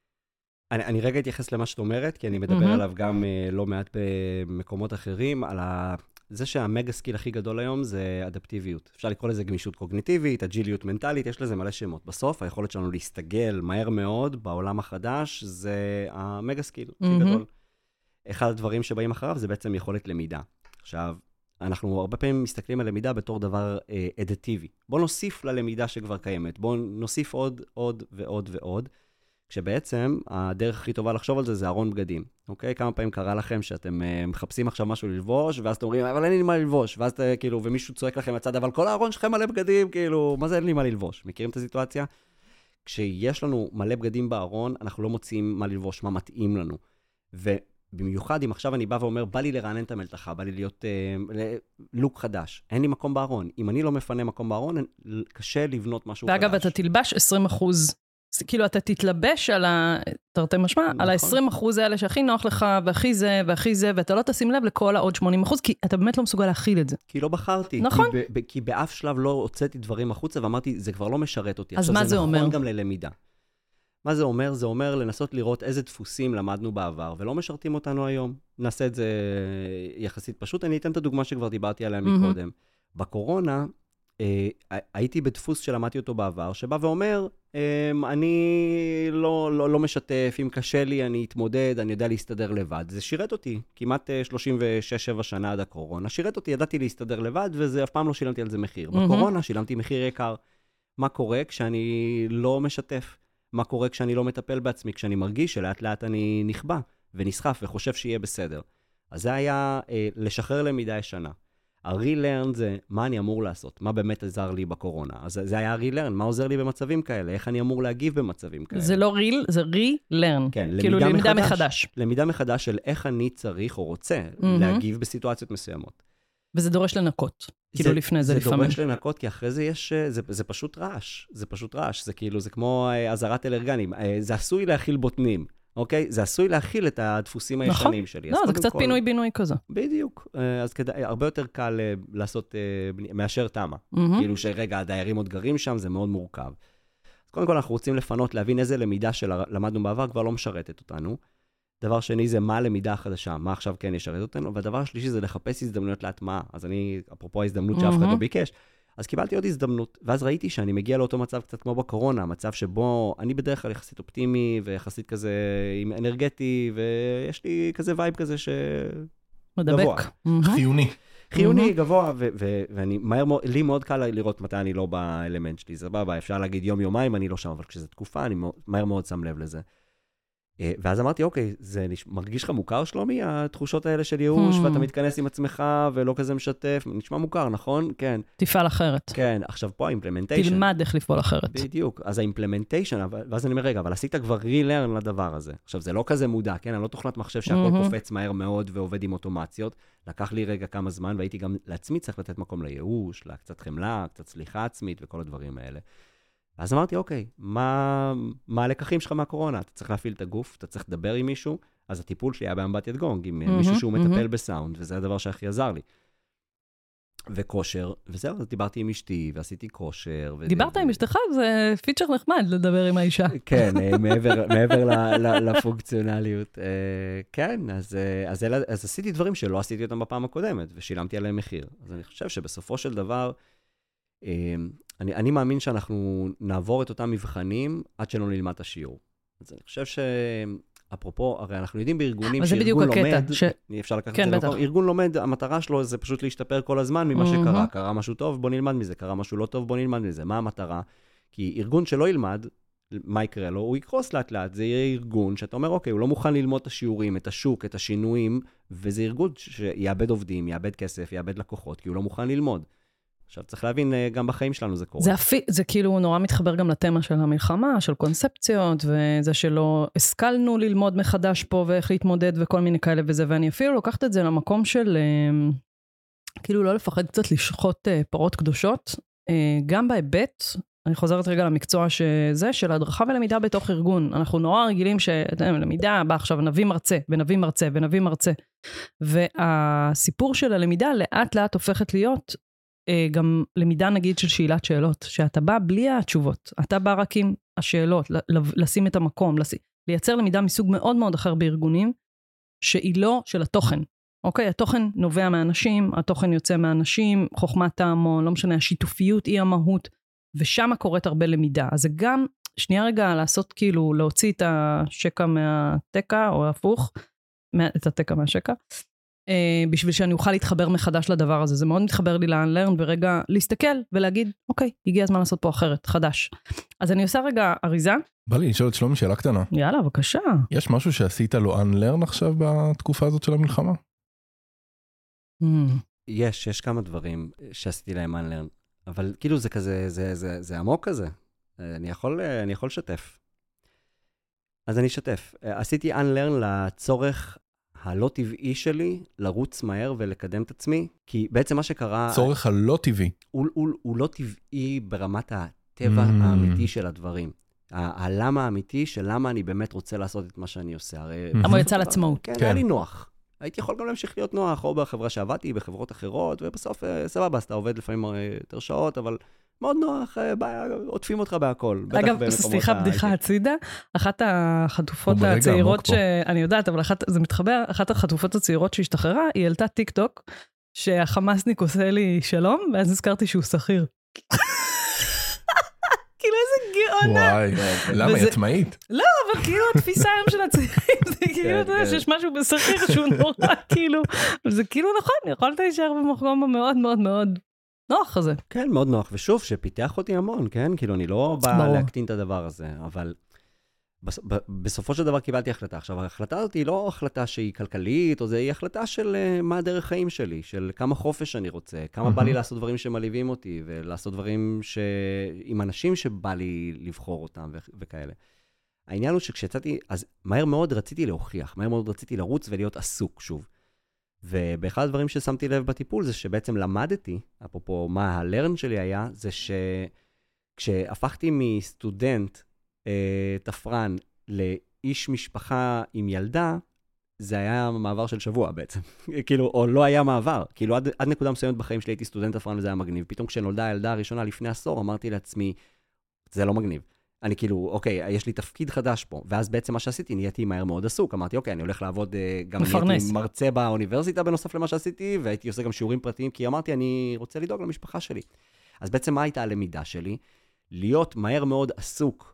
אני רגע אתייחס למה שאת אומרת, כי אני מדבר עליו גם לא מעט במקומות אחרים, על זה שהמגה סקיל הכי גדול היום זה אדפטיביות. אפשר לקרוא לזה גמישות קוגניטיבית, אג'יליות מנטלית, יש לזה מלא שמות. בסוף, היכולת שלנו להסתגל מהר מאוד בעולם החדש, זה המגה סקיל הכי גדול. אחד הדברים שבאים אחריו זה בעצם יכולת למידה. עכשיו, אנחנו הרבה פעמים מסתכלים על למידה בתור דבר אדטיבי. בואו נוסיף ללמידה שכבר קיימת. בואו נוסיף עוד ועוד ועוד. כשבעצם הדרך הכי טובה לחשוב על זה ארון בגדים. אוקיי? כמה פעמים קרה לכם שאתם מחפשים עכשיו משהו ללבוש, ואז אתם אומרים, אבל אין לי מה ללבוש. ואז כאילו, ומישהו צועק לכם מצד, אבל כל הארון שלכם מלא בגדים, כאילו, מה זה אין לי מה ללבוש? מכירים את הסיטואציה? כשיש לנו מלא בגדים בארון, אנחנו לא מוצאים מה ללבוש, מה מתאים לנו. במיוחד אם עכשיו אני בא ואומר, בא לי לרענן את המלתחה, בא לי להיות לוק חדש. אין לי מקום בארון. אם אני לא מפנה מקום בארון, קשה לבנות משהו חדש. ואגב, אתה תלבש 20%, כאילו אתה תתלבש על תרתי משמע, על ה-20% האלה שהכי נוח לך, והכי זה, והכי זה, ואתה לא תשים לב לכל העוד 80%, כי אתה באמת לא מסוגל להכיל את זה. כי לא בחרתי. נכון. כי באף שלב לא הוצאתי דברים החוצה, ואמרתי, זה כבר לא משרת אותי. אז מה זה אומר? נכון גם ללמידה. מה זה אומר? זה אומר לנסות לראות איזה דפוסים למדנו בעבר, ולא משרתים אותנו היום. נעשה את זה יחסית פשוט. אני אתן את הדוגמה שכבר דיברתי עליה מקודם. בקורונה, הייתי בדפוס שלמדתי אותו בעבר, שבא ואומר, אני לא משתף, אם קשה לי, אני אתמודד, אני יודע להסתדר לבד. זה שירת אותי, כמעט 36-7 שנה עד הקורונה. שירת אותי, ידעתי להסתדר לבד, וזה אף פעם לא שילמתי על זה מחיר. בקורונה שילמתי מחיר יקר. מה קורה כשאני לא משתף? מה קורה כשאני לא מטפל בעצמי, כשאני מרגיש שלאט לאט אני נכבה ונסחף וחושב שיהיה בסדר. אז זה היה לשחרר למידה ישנה. ה-relearn זה מה אני אמור לעשות, מה באמת עזר לי בקורונה. אז זה היה ה-relearn, מה עוזר לי במצבים כאלה, איך אני אמור להגיב במצבים כאלה. זה לא real, זה relearn. כן, כאילו למידה מחדש. למידה מחדש של איך אני צריך או רוצה להגיב בסיטואציות מסוימות. וזה דורש לנקות, כאילו לפני זה לפעמים. זה דורש לנקות, כי אחרי זה יש, זה פשוט רעש, זה פשוט רעש, זה כאילו, זה כמו עזרת אלרגנים, זה עשוי להכיל בוטנים, אוקיי? זה עשוי להכיל את הדפוסים הישנים שלי. לא, זה קצת פינוי-בינוי כזה. בדיוק, אז הרבה יותר קל לעשות, מאשר תמה, כאילו שרגע, הדיירים עוד גרים שם, זה מאוד מורכב. אז קודם כל אנחנו רוצים לפנות, להבין איזה למידה שלמדנו בעבר כבר לא משרתת אותנו. דבר שני זה מה הלמידה החדשה, מה עכשיו כן ישרת אותנו, והדבר השלישי זה לחפש הזדמנויות להטמעה. אז אני, אפרופו ההזדמנות שאף אחד לא ביקש, אז קיבלתי עוד הזדמנות, ואז ראיתי שאני מגיע לאותו מצב קצת כמו בקורונה, מצב שבו אני בדרך כלל יחסית אופטימי, ויחסית כזה עם אנרגטי, ויש לי כזה וייב כזה מדבק. חיוני, גבוה, ואני לי מאוד קל לראות מתי אני לא באלמנט שלי, זה בא, אפשר להגיד יום-יומיים, אני לא שם, אבל כשזו תקופה, אני מהר מאוד שם לב לזה. ואז אמרתי, אוקיי, זה מרגיש לך מוכר, שלומי, התחושות האלה של ייאוש, ואתה מתכנס עם עצמך ולא כזה משתף, נשמע מוכר, נכון? כן. תפעל אחרת. כן, עכשיו פה האימפלמנטיישן. תלמד איך לפעול אחרת. בדיוק, אז האימפלמנטיישן, ואז אני אומר, רגע, אבל עשית כבר relearn לדבר הזה. עכשיו, זה לא כזה מודע, כן? אני לא תוכנת מחשב שהכל קופץ מהר מאוד ועובד עם אוטומציות. לקח לי רגע כמה זמן, והייתי גם לעצמי צריך לתת מקום לייאוש, לקצת חמלה, קצת סליחה עצמית וכל הדברים האלה. אז אמרתי, אוקיי, מה הלקחים שלך מהקורונה? אתה צריך להפעיל את הגוף, אתה צריך לדבר עם מישהו, אז הטיפול שלי היה באמבטיית גונג, עם מישהו שהוא מטפל בסאונד, וזה הדבר שהכי עזר לי. וכושר, וזהו, אז דיברתי עם אשתי, ועשיתי כושר. דיברת עם אשתך, זה פיצ'ר נחמד לדבר עם האישה. כן, מעבר לפונקציונליות. כן, אז עשיתי דברים שלא עשיתי אותם בפעם הקודמת, ושילמתי עליהם מחיר. אז אני חושב שבסופו של דבר, אני מאמין שאנחנו נעבור את אותם מבחנים עד שלא נלמד את השיעור. אז אני חושב אפרופו, הרי אנחנו יודעים בארגונים שארגון לומד, אפשר לקחת את זה למקום, ארגון לומד, המטרה שלו זה פשוט להשתפר כל הזמן ממה שקרה. קרה משהו טוב, בוא נלמד מזה, קרה משהו לא טוב, בוא נלמד מזה. מה המטרה? כי ארגון שלא ילמד, מה יקרה לו? הוא יקרוס לאט לאט. זה יהיה ארגון שאתה אומר, אוקיי, הוא לא מוכן ללמוד את השיעורים, את השוק, את השינויים, וזה ארגון שיאבד עובדים, יאבד כסף, יאבד לקוחות, כי הוא לא מוכן ללמוד. עכשיו, צריך להבין, גם בחיים שלנו זה קורה. זה כאילו נורא מתחבר גם לתמה של המלחמה, של קונספציות, וזה שלא השכלנו ללמוד מחדש פה, ואיך להתמודד וכל מיני כאלה וזה, ואני אפילו לוקחת את זה למקום של, כאילו לא לפחד קצת לשחוט פרות קדושות, גם בהיבט אני חוזרת רגע למקצוע שזה, של הדרכה ולמידה בתוך ארגון. אנחנו נורא רגילים שלמידה, בא עכשיו נביא מרצה, ונביא מרצה, ונביא מרצה. והסיפור של הלמידה לאט לאט הופכת להיות גם למידה נגיד של שאלת שאלות, שאתה בא בלי התשובות, אתה בא רק עם השאלות, לשים את המקום, לייצר למידה מסוג מאוד מאוד אחר בארגונים, שהיא לא של התוכן. אוקיי, התוכן נובע מהאנשים, התוכן יוצא מהאנשים, חוכמת ההמון, לא משנה, השיתופיות היא המהות, ושם קורית הרבה למידה. אז זה גם, שנייה רגע, לעשות כאילו, להוציא את השקע מהתקע, או הפוך, את התקע מהשקע, בשביל שאני אוכל להתחבר מחדש לדבר הזה. זה מאוד מתחבר לי ל-unlearn, ורגע להסתכל ולהגיד, אוקיי, הגיע הזמן לעשות פה אחרת, חדש. אז אני עושה רגע אריזה. בא לי לשאול את שלומי שאלה קטנה. יאללה, בבקשה. יש משהו שעשית לו unlearn עכשיו בתקופה הזאת של המלחמה? יש כמה דברים שעשיתי להם unlearn, אבל כאילו זה כזה, זה עמוק כזה. אני יכול לשתף. אז אני אשתף. עשיתי unlearn לצורך הלא טבעי שלי לרוץ מהר ולקדם את עצמי, כי בעצם מה שקרה... צורך הלא טבעי. הוא לא טבעי ברמת הטבע האמיתי של הדברים. הלמה האמיתי של למה אני באמת רוצה לעשות את מה שאני עושה. למה יצא לעצמאות. כן, היה לי נוח. הייתי יכול גם להמשיך להיות נוח, או בחברה שעבדתי, בחברות אחרות, ובסוף סבבה, אז אתה עובד לפעמים יותר שעות, אבל מאוד נוח, עוטפים אותך בהכל. אגב, סליחה, בדיחה הצידה, אחת החטופות הצעירות שאני יודעת, אבל זה מתחבר, אחת החטופות הצעירות שהשתחררה, היא העלתה טיק טוק, שהחמאסניק עושה לי שלום, ואז נזכרתי שהוא שכיר. כאילו איזה גאונה. וואי, למה? היא עצמאית? לא, אבל כאילו התפיסה היום של הצעירים, זה כאילו, אתה יודע, שיש משהו בשכיר שהוא נורא, כאילו, זה כאילו נכון, יכולת להישאר במקום מאוד מאוד מאוד נוח הזה. כן, מאוד נוח, ושוב, שפיתח אותי המון, כן? כאילו, אני לא בא להקטין את הדבר הזה, אבל בסופו של דבר קיבלתי החלטה. עכשיו, ההחלטה הזאת היא לא החלטה שהיא כלכלית, או זה היא החלטה של מה הדרך חיים שלי, של כמה חופש אני רוצה, כמה בא לי לעשות דברים שמלהיבים אותי, ולעשות דברים עם אנשים שבא לי לבחור אותם וכאלה. העניין הוא שכשיצאתי, אז מהר מאוד רציתי להוכיח, מהר מאוד רציתי לרוץ ולהיות עסוק שוב. ובאחד הדברים ששמתי לב בטיפול זה שבעצם למדתי, אפרופו מה הלרן שלי היה, זה שכשהפכתי מסטודנט תפרן לאיש משפחה עם ילדה, זה היה מעבר של שבוע בעצם. כאילו, או לא היה מעבר. כאילו, עד נקודה מסוימת בחיים שלי הייתי סטודנט תפרן וזה היה מגניב. פתאום כשנולדה הילדה הראשונה לפני עשור, אמרתי לעצמי, זה לא מגניב. אני כאילו, אוקיי, יש לי תפקיד חדש פה. ואז בעצם מה שעשיתי, נהייתי מהר מאוד עסוק. אמרתי, אוקיי, אני הולך לעבוד, גם נהייתי מרצה באוניברסיטה בנוסף למה שעשיתי, והייתי עושה גם שיעורים פרטיים, כי אמרתי, אני רוצה לדאוג למשפחה שלי. אז בעצם מה הייתה הלמידה שלי? להיות מהר מאוד עסוק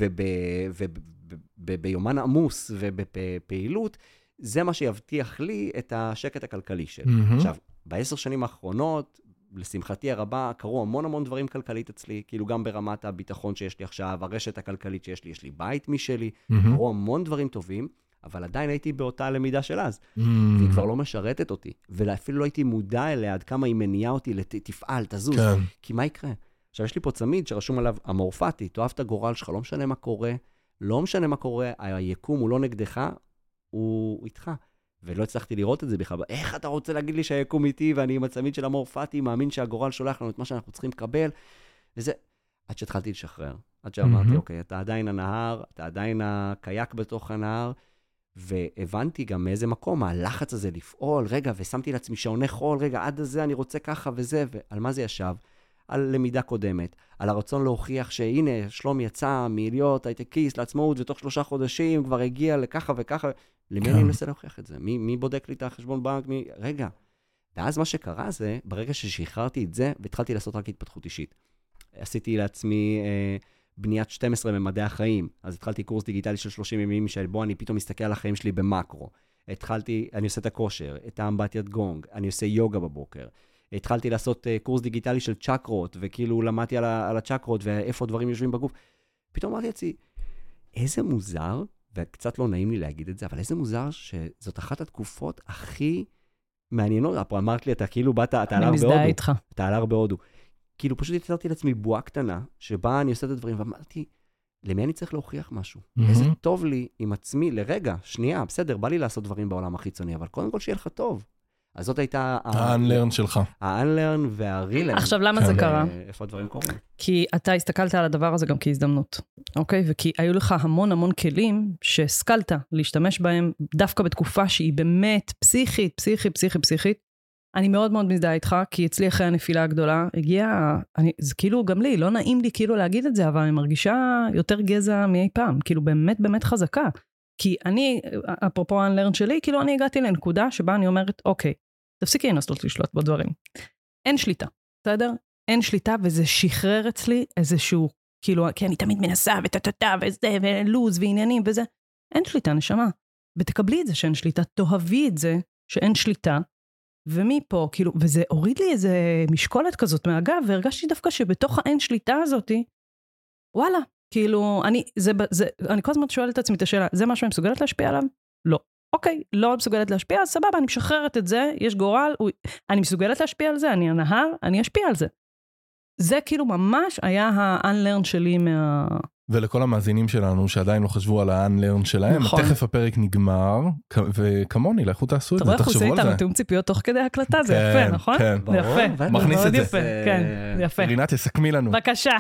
וביומן עמוס ובפעילות, זה מה שיבטיח לי את השקט הכלכלי שלי. עכשיו, ב10 שנים האחרונות, לשמחתי הרבה, קרו המון דברים כלכלית אצלי, כאילו גם ברמת הביטחון שיש לי עכשיו, הרשת הכלכלית שיש לי, יש לי בית משלי, קרו המון דברים טובים, אבל עדיין הייתי באותה למידה של אז, והיא כבר לא משרתת אותי, ואפילו לא הייתי מודע אליה עד כמה היא מניעה אותי תפעל, תזוז, כי מה יקרה? עכשיו, יש לי פה צמיד שרשום עליו אמורפטי, תאהב את הגורל שלך, לא משנה מה קורה, לא משנה מה קורה, היקום הוא לא נגדך, הוא איתך. ולא הצלחתי לראות את זה בכלל. איך אתה רוצה להגיד לי שהיקום איתי, ואני עם הצמיד של אמורפטי, מאמין שהגורל שולח לנו את מה שאנחנו צריכים לקבל, וזה, עד שהתחלתי לשחרר. עד שאמרתי, אוקיי, אתה עדיין הנהר, אתה עדיין הקייק בתוך הנהר, והבנתי גם מאיזה מקום, הלחץ הזה לפעול, רגע, ושמתי לעצמי שעוני חול, רגע, עד הזה אני רוצה ככה וזה, ועל מה זה ישב? על למידה קודמת, על הרצון להוכיח שהנה, שלום יצא מלהיות הייטקיסט לעצמאות, ותוך 3 חודשים כבר הגיע לככה וככה, למי אני מנסה להוכיח את זה? מי בודק לי את החשבון בנק? רגע. ואז מה שקרה זה, ברגע ששחררתי את זה, והתחלתי לעשות רק התפתחות אישית. עשיתי לעצמי בניית 12 ממדעי החיים, אז התחלתי קורס דיגיטלי של 30 ימים, שבו אני פתאום מסתכל על החיים שלי במקרו. אני עושה את הכושר, את האמבטיית גונג, אני עושה יוגה בבוקר. התחלתי לעשות קורס דיגיטלי של צ'קרות, וכאילו למדתי על הצ'קרות, ואיפה דברים יושבים בגוף. פתאום אמרתי לעצמי, איזה מוזר, וקצת לא נעים לי להגיד את זה, אבל איזה מוזר שזאת אחת התקופות הכי מעניינות. אמרת לי, אתה כאילו באת, אתה עלה הרבה הודו. אתה עלה הרבה הודו. כאילו פשוט יצרתי לעצמי בועה קטנה, שבה אני עושה את הדברים, ואמרתי, למי אני צריך להוכיח משהו? איזה טוב לי עם עצמי, לרגע, שנייה, בסדר, בא לי לעשות דברים בעולם החיצוני, אבל קודם כל שיהיה לך טוב. אז זאת הייתה... ה-unlearn שלך. ה-unlearn וה-relearn. עכשיו, למה זה קרה? איפה הדברים קורים? כי אתה הסתכלת על הדבר הזה גם כהזדמנות, אוקיי? וכי היו לך המון המון כלים שהשכלת להשתמש בהם דווקא בתקופה שהיא באמת פסיכית. אני מאוד מאוד מזדהה איתך, כי אצלי אחרי הנפילה הגדולה זה כאילו גם לי, לא נעים לי כאילו להגיד את זה, אבל אני מרגישה יותר גזע מאי פעם, כאילו באמת באמת חזקה. כי אני, אפרופו ה-unlearn שלי, כאילו אני הגעתי לנקודה שבה אני אומרת, אוקיי, תפסיקי לנסות לשלוט בדברים. אין שליטה, בסדר? אין שליטה, וזה שחרר אצלי איזשהו, כאילו, כי אני תמיד מנסה, וטטטה, וזה, ולוז, ועניינים, וזה. אין שליטה, נשמה. ותקבלי את זה שאין שליטה, תאהבי את זה שאין שליטה, ומפה, כאילו, וזה הוריד לי איזה משקולת כזאת מהגב, והרגשתי דווקא שבתוך האין שליטה הזאת, וואלה, כאילו, אני כל הזמן שואלת את עצמי את השאלה, זה משהו אני מסוגלת להשפיע עליו? לא. אוקיי, לא מסוגלת להשפיע, אז סבבה, אני משחררת את זה, יש גורל, אני מסוגלת להשפיע על זה, אני הנהר, אני אשפיע על זה. זה כאילו ממש היה ה-unlearn שלי ולכל המאזינים שלנו שעדיין לא חשבו על ה-unlearn שלהם, נכון. תכף הפרק נגמר, וכמוני, לכו תעשו את זה, תחשבו על זה. תחשבו איתנו, תאום ציפיות תוך כדי הקלטה, זה יפה, נכון? כן, יפה. מכניס את זה. כן, יפה. רינת, תסכמי לנו. בבקשה.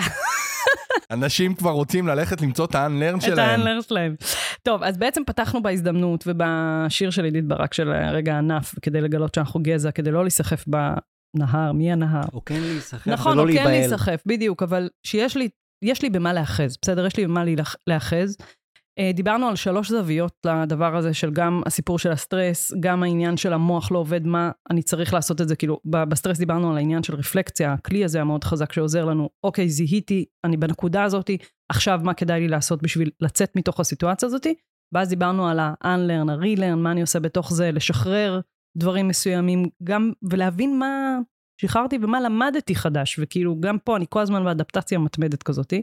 אנשים כבר רוצים ללכת למצוא את ה-unlearn שלהם. את ה-unlearn שלהם. טוב, אז בעצם פתחנו בהזדמנות, ובשיר של עידית ברק של רגע ענף, כדי לגלות שאנחנו גזע, כדי לא להיסחף בנהר, מי הנהר? או כן להיסחף נכון, ולא להיבהל. נכון, או כן להיסחף, בדיוק, אבל יש לי במה לאחז, בסדר? יש לי במה לאחז. דיברנו על 3 זוויות לדבר הזה של גם הסיפור של הסטרס, גם העניין של המוח לא עובד, מה אני צריך לעשות את זה, כאילו, בסטרס דיברנו על העניין של רפלקציה, הכלי הזה המאוד חזק שעוזר לנו, אוקיי, זיהיתי, אני בנקודה הזאת, עכשיו מה כדאי לי לעשות בשביל לצאת מתוך הסיטואציה הזאת, ואז דיברנו על ה-unlearn, ה-relearn, מה אני עושה בתוך זה, לשחרר דברים מסוימים, גם, ולהבין מה שחררתי ומה למדתי חדש, וכאילו גם פה אני כל הזמן באדפטציה מתמדת כזאת.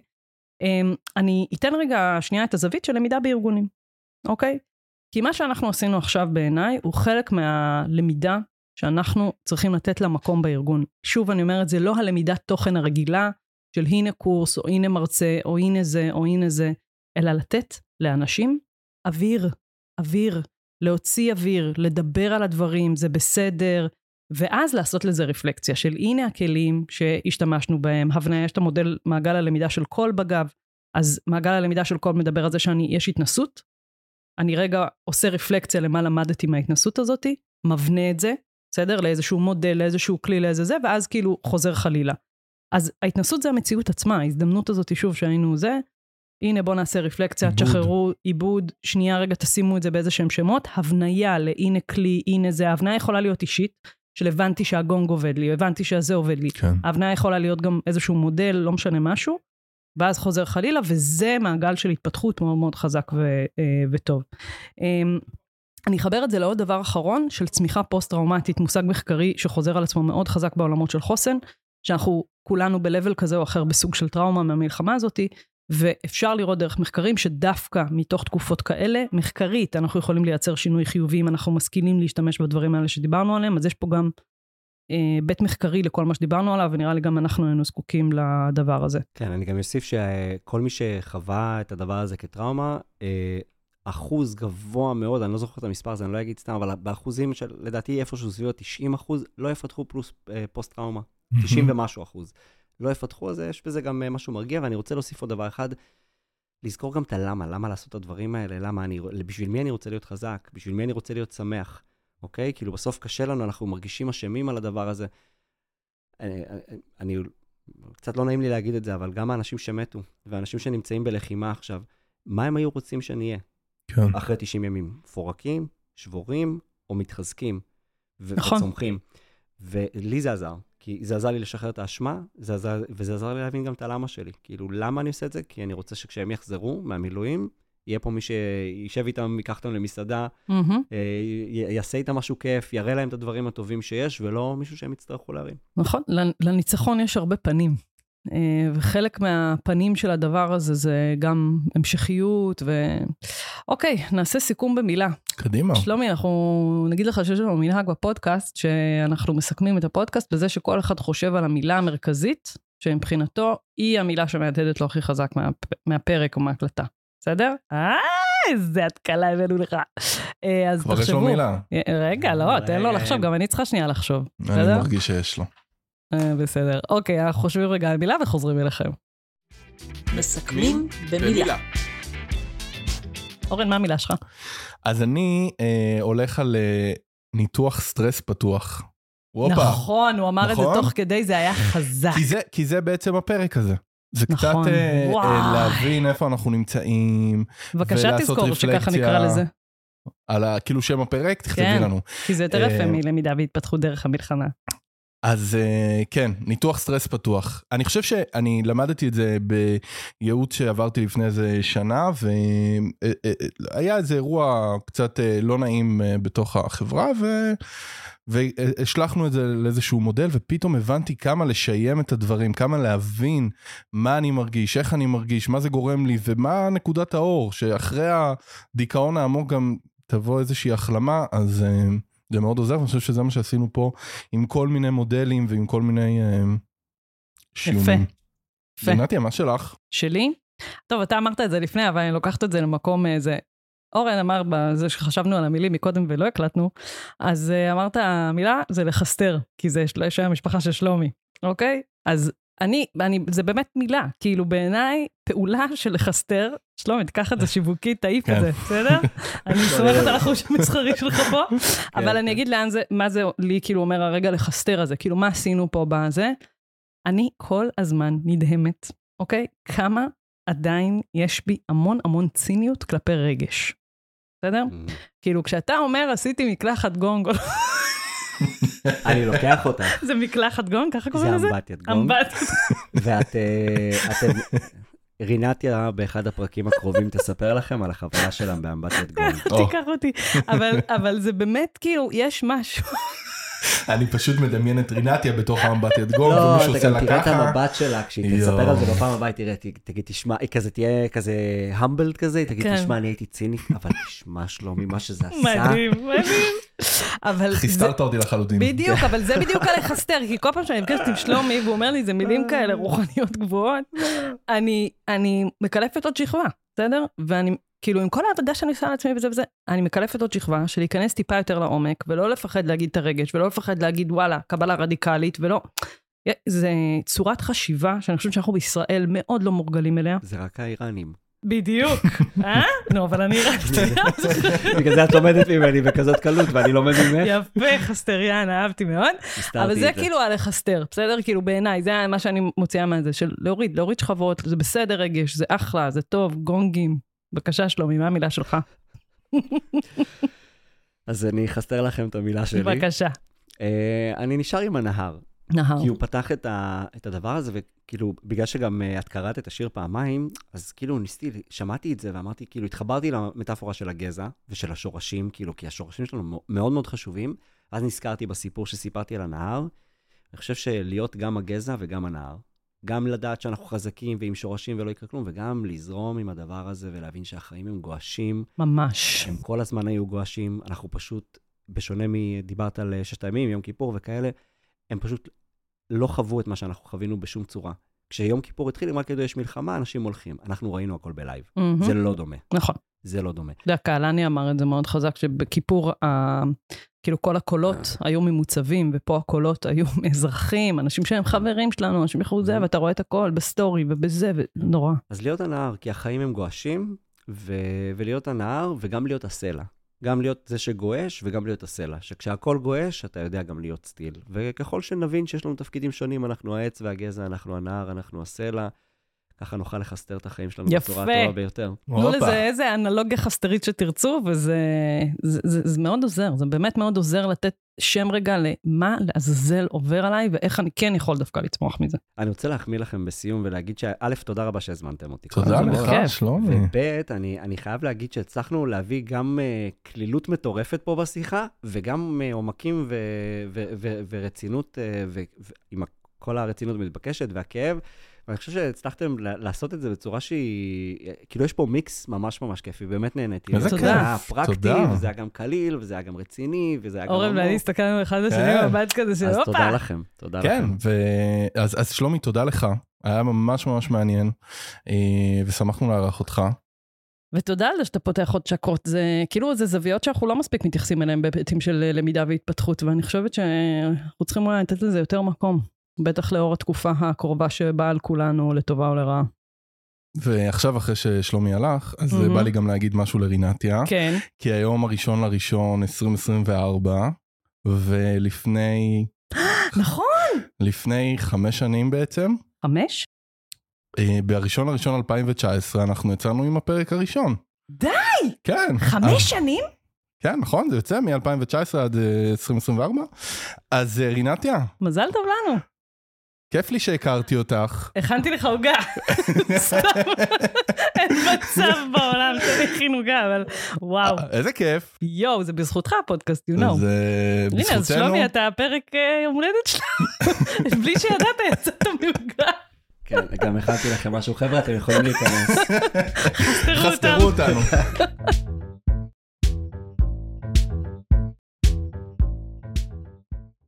אני אתן רגע שנייה את הזווית של למידה בארגונים, אוקיי? כי מה שאנחנו עשינו עכשיו בעיניי, הוא חלק מהלמידה שאנחנו צריכים לתת למקום בארגון. שוב אני אומרת, זה לא הלמידת תוכן הרגילה, של הנה קורס, או הנה מרצה, או הנה זה, או הנה זה, אלא לתת לאנשים אוויר, להוציא אוויר, לדבר על הדברים, זה בסדר, ואז לעשות לזה רפלקציה של הנה הכלים שהשתמשנו בהם, הבניה, יש את המודל מעגל הלמידה של כל בגב, אז מעגל הלמידה של כל מדבר על זה יש התנסות, אני רגע עושה רפלקציה למה למדתי מההתנסות הזאת, מבנה את זה, בסדר? לאיזשהו מודל, לאיזשהו כלי, לאיזה זה, ואז כאילו חוזר חלילה. אז ההתנסות זה המציאות עצמה, ההזדמנות הזאת שוב שהיינו זה, הנה בוא נעשה רפלקציה, תשחררו עיבוד, שנייה רגע תשימו את זה באיזה שהם שמות, הבניה להנה כלי, הנה זה, ההבניה יכולה להיות אישית, של הבנתי שהגונג עובד לי, הבנתי שזה עובד לי. כן. ההבניה יכולה להיות גם איזשהו מודל, לא משנה משהו, ואז חוזר חלילה, וזה מעגל של התפתחות מאוד מאוד חזק וטוב. אני אחבר את זה לעוד דבר אחרון, של צמיחה פוסט-טראומטית, מושג מחקרי שחוזר על עצמו מאוד חזק בעולמות של חוסן, שאנחנו כולנו בלבל כזה או אחר בסוג של טראומה מהמלחמה הזאת, ואפשר לראות דרך מחקרים שדווקא מתוך תקופות כאלה, מחקרית אנחנו יכולים לייצר שינוי חיובי, אם אנחנו משכילים להשתמש בדברים האלה שדיברנו עליהם, אז יש פה גם בית מחקרי לכל מה שדיברנו עליו, ונראה לי גם אנחנו היינו זקוקים לדבר הזה. כן, אני גם אוסיף שכל מי שחווה את הדבר הזה כטראומה, אחוז גבוה מאוד, אני לא זוכר את המספר הזה, אני לא אגיד סתם, אבל באחוזים של, לדעתי איפשהו סביב 90%, לא יפתחו פלוס פוסט-טראומה, 90 ומשהו אחוז. לא יפתחו, אז יש בזה גם משהו מרגיע, ואני רוצה להוסיף עוד דבר אחד, לזכור גם את למה לעשות את הדברים האלה, בשביל מי אני רוצה להיות חזק, בשביל מי אני רוצה להיות שמח, אוקיי? כאילו בסוף קשה לנו, אנחנו מרגישים אשמים על הדבר הזה. אני קצת לא נעים לי להגיד את זה, אבל גם האנשים שמתו, ואנשים שנמצאים בלחימה עכשיו, מה הם היו רוצים שנהיה? כן. אחרי 90 ימים, פורקים, שבורים, או מתחזקים, וצומחים. ולי זה עזר. כי זה עזר לי לשחרר את האשמה, וזה עזר לי להבין גם את הלמה שלי. כאילו, למה אני עושה את זה? כי אני רוצה שכשהם יחזרו מהמילואים, יהיה פה מי שישב איתם, ייקח אותם למסעדה, יעשה איתם משהו כיף, יראה להם את הדברים הטובים שיש, ולא מישהו שהם יצטרכו להרים. נכון, לניצחון יש הרבה פנים. וחלק מהפנים של הדבר הזה זה גם המשכיות אוקיי, נעשה סיכום במילה. קדימה. שלומי, אנחנו נגיד לך שיש לנו מנהג בפודקאסט, שאנחנו מסכמים את הפודקאסט בזה שכל אחד חושב על המילה המרכזית, שמבחינתו היא המילה שמעדדת לו הכי חזק מהפרק או מהקלטה. בסדר? איזה התקלה הבאנו לך. אז תחשבו. כבר יש לו מילה. רגע, לא, תן לו לחשוב, גם אני צריכה שנייה לחשוב. אני מרגיש שיש לו. בסדר. אוקיי, אנחנו חושבים רגע על מילה וחוזרים אליכם. מסכמים במילה. אורן, מה המילה שלך? אז אני הולך על ניתוח סטרס פתוח. נכון, הוא אמר את זה תוך כדי, זה היה חזק. כי זה בעצם הפרק הזה. זה קצת להבין איפה אנחנו נמצאים. בבקשה תזכור שככה נקרא לזה. על כאילו שם הפרק, תכתבי לנו. כי זה יותר יפה מלמידה והתפתחות דרך המלחמה. אז כן, ניתוח סטרס פתוח. אני חושב שאני למדתי את זה בייעוץ שעברתי לפני איזה שנה, והיה איזה אירוע קצת לא נעים בתוך החברה, והשלחנו את זה לאיזשהו מודל, ופתאום הבנתי כמה לשיים את הדברים, כמה להבין מה אני מרגיש, איך אני מרגיש, מה זה גורם לי, ומה נקודת האור, שאחרי הדיכאון העמוק גם תבוא איזושהי החלמה, אז זה מאוד עוזר, ואני חושב שזה מה שעשינו פה, עם כל מיני מודלים, ועם כל מיני שיעורים. יפה. נתיה, מה שלך? שלי? טוב, אתה אמרת את זה לפני, אבל אני לוקחת את זה למקום איזה... אורן אמר בזה שחשבנו על המילים מקודם ולא הקלטנו, אז אמרת המילה זה לחסטר, כי זה יש המשפחה של שלומי, אוקיי? אז זה באמת מילה, כאילו בעיניי פעולה של לחסטר, שלומי, תקח את זה שיווקי, תעיף את זה, בסדר? אני סומכת על החוש המסחרי שלך פה, אבל אני אגיד לאן זה, מה זה לי כאילו אומר הרגע לחסטר הזה, כאילו מה עשינו פה בזה? אני כל הזמן נדהמת, אוקיי? כמה עדיין יש בי המון המון ציניות כלפי רגש. בסדר? כאילו, כשאתה אומר, עשיתי מקלחת גונג, אני לוקח אותה. זה מקלחת גונג, ככה קוראים לזה? זה אמבטיית גונג. ואת, רינתיה באחד הפרקים הקרובים תספר לכם על החוויה שלהם באמבטיית גונג. תיקח אותי. אבל זה באמת, כאילו, יש משהו. אני פשוט מדמיין את רינתיה בתוך האמבטיית גונג, לא, ומישהו עושה לה ככה. תראה את המבט שלה, כשהיא תספר על זה בפעם הבאה, תגיד, תשמע, היא כזה תהיה כזה המבלד כזה, תגיד, תשמע, אני הייתי צינית, אבל תשמע שלומי, מה שזה עשה. מדהים, מדהים. חיסטרת אותי לחלוטין. בדיוק, אבל זה בדיוק על לחסטר, כי כל פעם שאני מקשת עם שלומי, והוא אומר לי, זה מילים כאלה רוחניות גבוהות, אני מקלפת עוד שכבה, בסדר? ואני כאילו, עם כל העבודה שאני עושה על עצמי וזה וזה, אני מקלפת עוד שכבה של להיכנס טיפה יותר לעומק, ולא לפחד להגיד את הרגש, ולא לפחד להגיד, וואלה, קבלה רדיקלית, ולא. זה צורת חשיבה, שאני חושבת שאנחנו בישראל מאוד לא מורגלים אליה. זה רק האיראנים. בדיוק. נו, אבל אני ראיתי. בגלל זה את לומדת ממני בכזאת קלות, ואני לומד ממך. יפה, חסטריאן, אהבתי מאוד. אבל זה כאילו על לחסטר, בסדר? כאילו בעיניי, זה מה שאני מוציאה מהזה, של להוריד שכבות, זה בסדר רגש, זה אחלה, זה טוב, גונגים. בבקשה שלומי, מה המילה שלך? אז אני אחסטר לכם את המילה שלי. בבקשה. אני נשאר עם הנהר. נהר. כי הוא פתח את הדבר הזה, וכאילו, בגלל שגם את קראת את השיר פעמיים, אז כאילו שמעתי את זה, ואמרתי, כאילו, התחברתי למטאפורה של הגזע, ושל השורשים, כאילו, כי השורשים שלנו מאוד מאוד חשובים, אז נזכרתי בסיפור שסיפרתי על הנהר, אני חושב שלהיות גם הגזע וגם הנהר, גם לדעת שאנחנו חזקים ועם שורשים ולא יקרה כלום, וגם לזרום עם הדבר הזה ולהבין שהחיים הם גואשים. ממש. הם כל הזמן היו גואשים, אנחנו פשוט, בשונה דיברת על 6 ימים, יום כיפור וכאלה, הם פשוט לא חוו את מה שאנחנו חווינו בשום צורה. כשיום כיפור התחיל, אם רק כדו יש מלחמה, אנשים הולכים. אנחנו ראינו הכל בלייב. זה לא דומה. נכון. זה לא דומה. קהלני אמר את זה מאוד חזק, שבכיפור, כאילו כל הקולות היו ממוצבים, ופה הקולות היו מאזרחים, אנשים שהם חברים שלנו, אנשים יכולו זה, ואתה רואה את הכל בסטורי ובזה, ונורא. אז להיות הנהר, כי החיים הם גואשים, ולהיות הנהר, וגם להיות הסלע. גם להיות זה שגואש, וגם להיות הסלע. שכשהכל גואש, אתה יודע גם להיות סטיל. וככל שנבין שיש לנו תפקידים שונים, אנחנו העץ והגזע, אנחנו הנהר, אנחנו הסלע, ככה נוכל לחסטר את החיים שלנו בצורה הטובה ביותר. תנו לזה איזה אנלוגיה חסטרית שתרצו, וזה מאוד עוזר, זה באמת מאוד עוזר לתת שם רגע למה לעזאזל עובר עליי, ואיך אני כן יכול דווקא לצמוח מזה. אני רוצה להחמיא לכם בסיום, ולהגיד שא', תודה רבה שהזמנתם אותי. תודה לך, שלומי. וב', אני חייב להגיד שהצלחנו להביא גם כלילות מטורפת פה בשיחה, וגם עומקים ורצינות, ועם כל הרצינות מתבקשת והכאב, ואני חושב שהצלחתם לעשות את זה בצורה שהיא, כאילו יש פה מיקס ממש ממש כיפי, באמת נהניתי. איזה כיף. זה היה פרקטי, וזה היה גם קליל, וזה היה גם רציני, וזה היה גם... אורן ואני הסתכלנו אחד לשני בבית כזה של אז תודה לכם, תודה לכם. כן, אז שלומי, תודה לך. היה ממש ממש מעניין, ושמחנו לארח אותך. ותודה על זה שאתה פותח עוד שקות, זה כאילו זה זוויות שאנחנו לא מספיק מתייחסים אליהם בהיבטים של למידה והתפתחות, ואני חושבת שאנחנו צריכים אולי לתת לזה יותר מקום, בטח לאור התקופה הקרובה שבאה על כולנו לטובה או לרעה. ועכשיו אחרי ששלומי הלך, אז בא לי גם להגיד משהו לרינתיה. כן. כי היום 1/1/2024, ולפני... נכון! לפני 5 שנים בעצם. 5? ב1/1/2019 אנחנו יצאנו עם הפרק הראשון. די! כן. 5 שנים? כן, נכון, זה יוצא מ-2019 עד 2024. אז רינתיה. מזל טוב לנו. כיף לי שהכרתי אותך. הכנתי לך הוגה. סתם. אין מצב בעולם שהכין הוגה, אבל וואו. איזה כיף. יואו, זה בזכותך הפודקאסט, you know. זה בזכותנו. הנה, אז שלומי, אתה הפרק יום הולדת שלנו. בלי שידעת, יצאת מהוגה. כן, גם הכנתי לכם משהו. חבר'ה, אתם יכולים להיכנס. חסתרו אותנו.